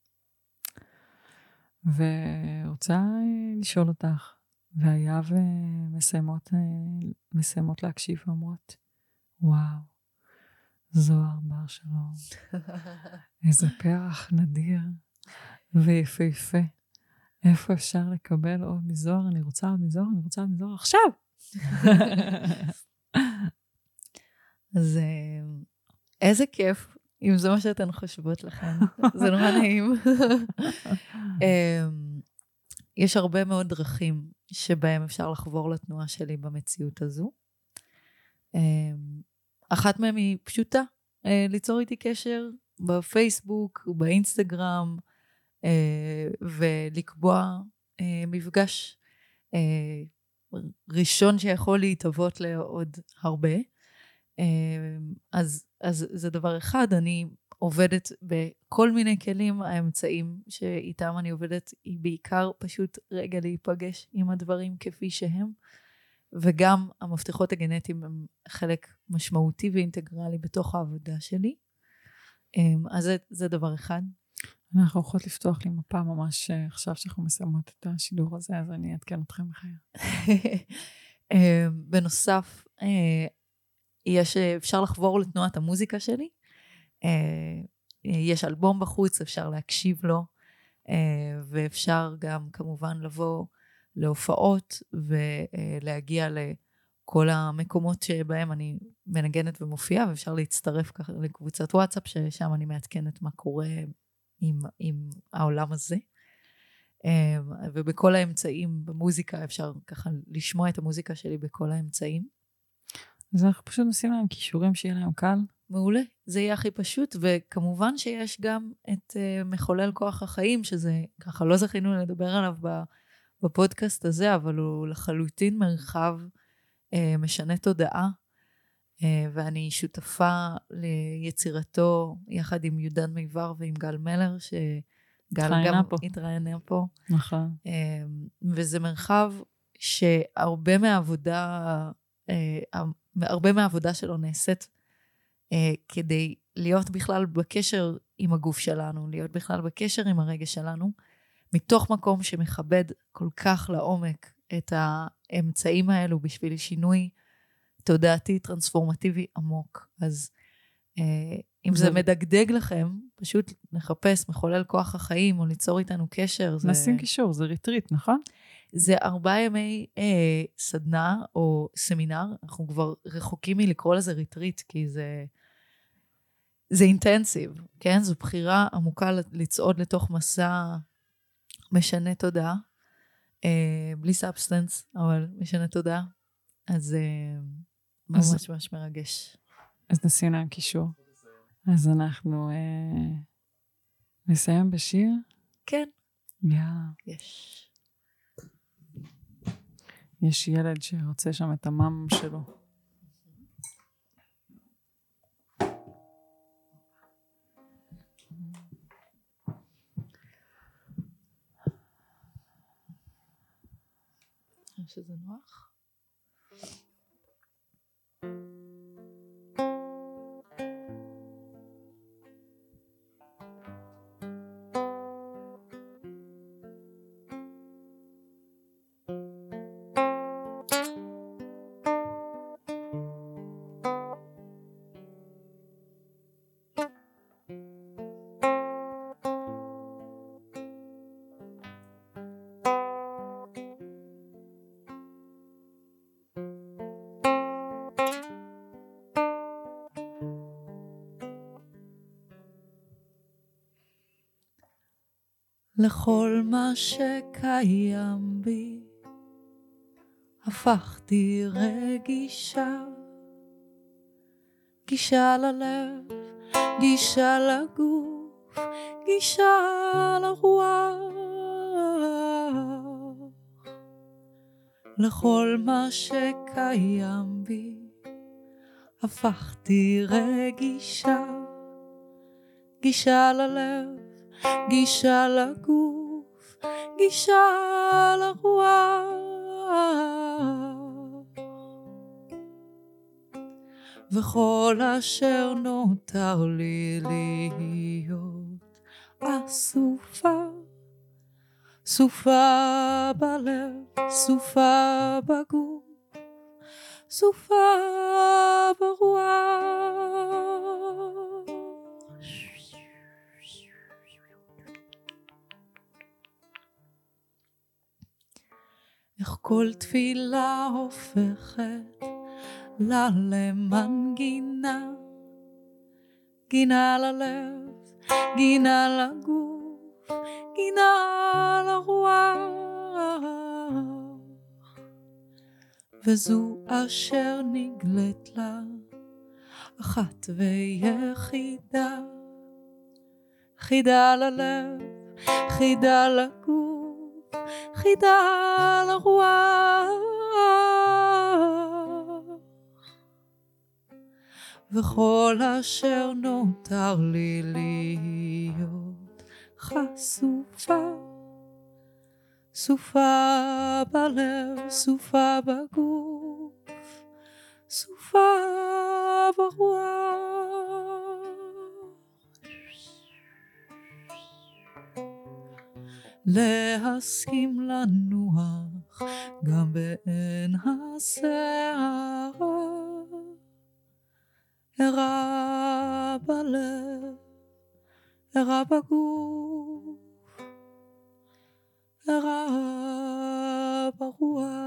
ורוצה לשאול אותך, והיה ומסיימות מסיימות להקשיב ואומרות, וואו, זוהר בר שלום. איזה פרח נדיר ויפהפה. איפה אפשר לקבל עוד מזוהר? אני רוצה עוד מזוהר, אני רוצה עוד מזוהר עכשיו. אז איזה כיף, אם זה מה שאתן חושבות לכם. זה נורא נעים. יש הרבה מאוד דרכים שבהם אפשר לחבור לתנועה שלי במציאות הזו. אחת מהן היא פשוטה, ליצור איתי קשר בפייסבוק, באינסטגרם, ולקבוע מפגש ראשון שיכול להתאבות לעוד הרבה. אז, אז זה דבר אחד. אני עובדת בכל מיני כלים. האמצעים שאיתם אני עובדת היא בעיקר פשוט רגע להיפגש עם הדברים כפי שהם, וגם המפתחות הגנטיים הם חלק משמעותי ואינטגרלי בתוך העבודה שלי. אז זה, זה דבר אחד. אנחנו יכולות לפתוח לי מפה ממש עכשיו שאנחנו מסיימות את השידור הזה, אז אני אעדכן אתכם בחיי. בנוסף, יש, אפשר לחבור לתנועת המוזיקה שלי. יש אלבום בחוץ, אפשר להקשיב לו, ואפשר גם כמובן לבוא להופעות ולהגיע לכל המקומות שבהם אני מנגנת ומופיעה, ואפשר להצטרף ככה לקבוצת וואטסאפ, ששם אני מעדכנת מה קורה עם, עם העולם הזה. ובכל האמצעים במוזיקה אפשר ככה לשמוע את המוזיקה שלי בכל האמצעים. אז אנחנו פשוט נשים להם כישורים שיהיה להם קל. מעולה, זה יהיה הכי פשוט, וכמובן שיש גם את uh, מחולל כוח החיים, שזה ככה לא זכינו לדבר עליו בפודקאסט הזה, אבל הוא לחלוטין מרחב uh, משנה תודעה, uh, ואני שותפה ליצירתו יחד עם יודן מיבר ועם גל מלר, שגל גם פה. התראיינה פה. נכון. Uh, וזה מרחב שהרבה מהעבודה, uh, הרבה מהעבודה שלו נעשית, Uh, כדי להיות בכלל בקשר עם הגוף שלנו, להיות בכלל בקשר עם הרגש שלנו, מתוך מקום שמכבד כל כך לעומק את האמצעים האלו בשביל שינוי תודעתי, טרנספורמטיבי עמוק. אז uh, אם זה... זה מדגדג לכם, פשוט נחפש מחולל כוח החיים, או ליצור איתנו קשר. נשים זה... קישור, זה ריטריט, נכון? זה ארבעה ימי אה, סדנה או סמינר. אנחנו כבר רחוקים מלקרוא לזה ריטריט, כי זה... זה אינטנסיב, כן? זו בחירה עמוקה לצעוד לתוך מסע משנה תודעה, אה, בלי סאבסטנס, אבל משנה תודעה. אז אה, ממש אז, ממש מרגש. אז נשים להם קישור. אז אנחנו אה, נסיים בשיר? כן. Yeah. יש. יש ילד שרוצה שם את המאם שלו. שזה נוח. לכל מה שקיים בי, הפכתי רגישה, גישה ללב, גישה לגוף, גישה לרוח, לכל מה שקיים בי, הפכתי רגישה, גישה ללב, גישה לגוף, גישה לרוח, וכל אשר נותר לי להיות אסופה, סופה בלב, סופה בגוף, סופה ברוח. איך כל תפילה הופכת לה למנגינה, גינה ללב, גינה לגוף, גינה לרוח, וזו אשר נגלית לה אחת ויחידה, חידה ללב, חידה לגוף, חידה לרוח, וכל אשר נותר לי להיות חשופה, סופה בלב, סופה בגוף, סופה ברוח. להסכים לנוח גם בעין הסערה, ערה בלב, ערה בגוף, ערה ברוח.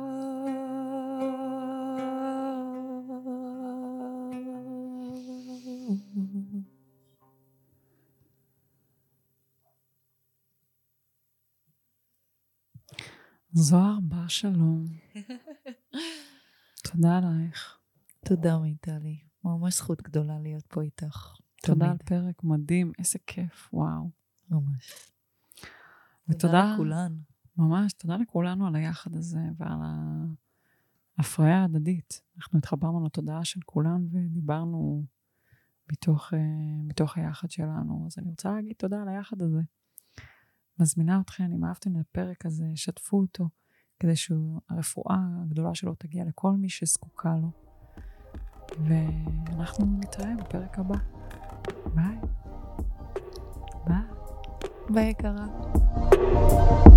זוהר בר שלום. תודה עלייך. תודה מיטלי, ממש זכות גדולה להיות פה איתך. תודה תמיד. על פרק מדהים, איזה כיף, וואו. ממש. ותודה תודה לכולן. ממש, תודה לכולנו על היחד הזה ועל ההפריה ההדדית. אנחנו התחברנו לתודעה של כולן ודיברנו מתוך, מתוך היחד שלנו. אז אני רוצה להגיד תודה על היחד הזה. מזמינה אתכם, אם אהבתם את הפרק הזה, שתפו אותו, כדי שהרפואה הגדולה שלו תגיע לכל מי שזקוקה לו. ואנחנו נתראה בפרק הבא. ביי. ביי. ביי יקרה.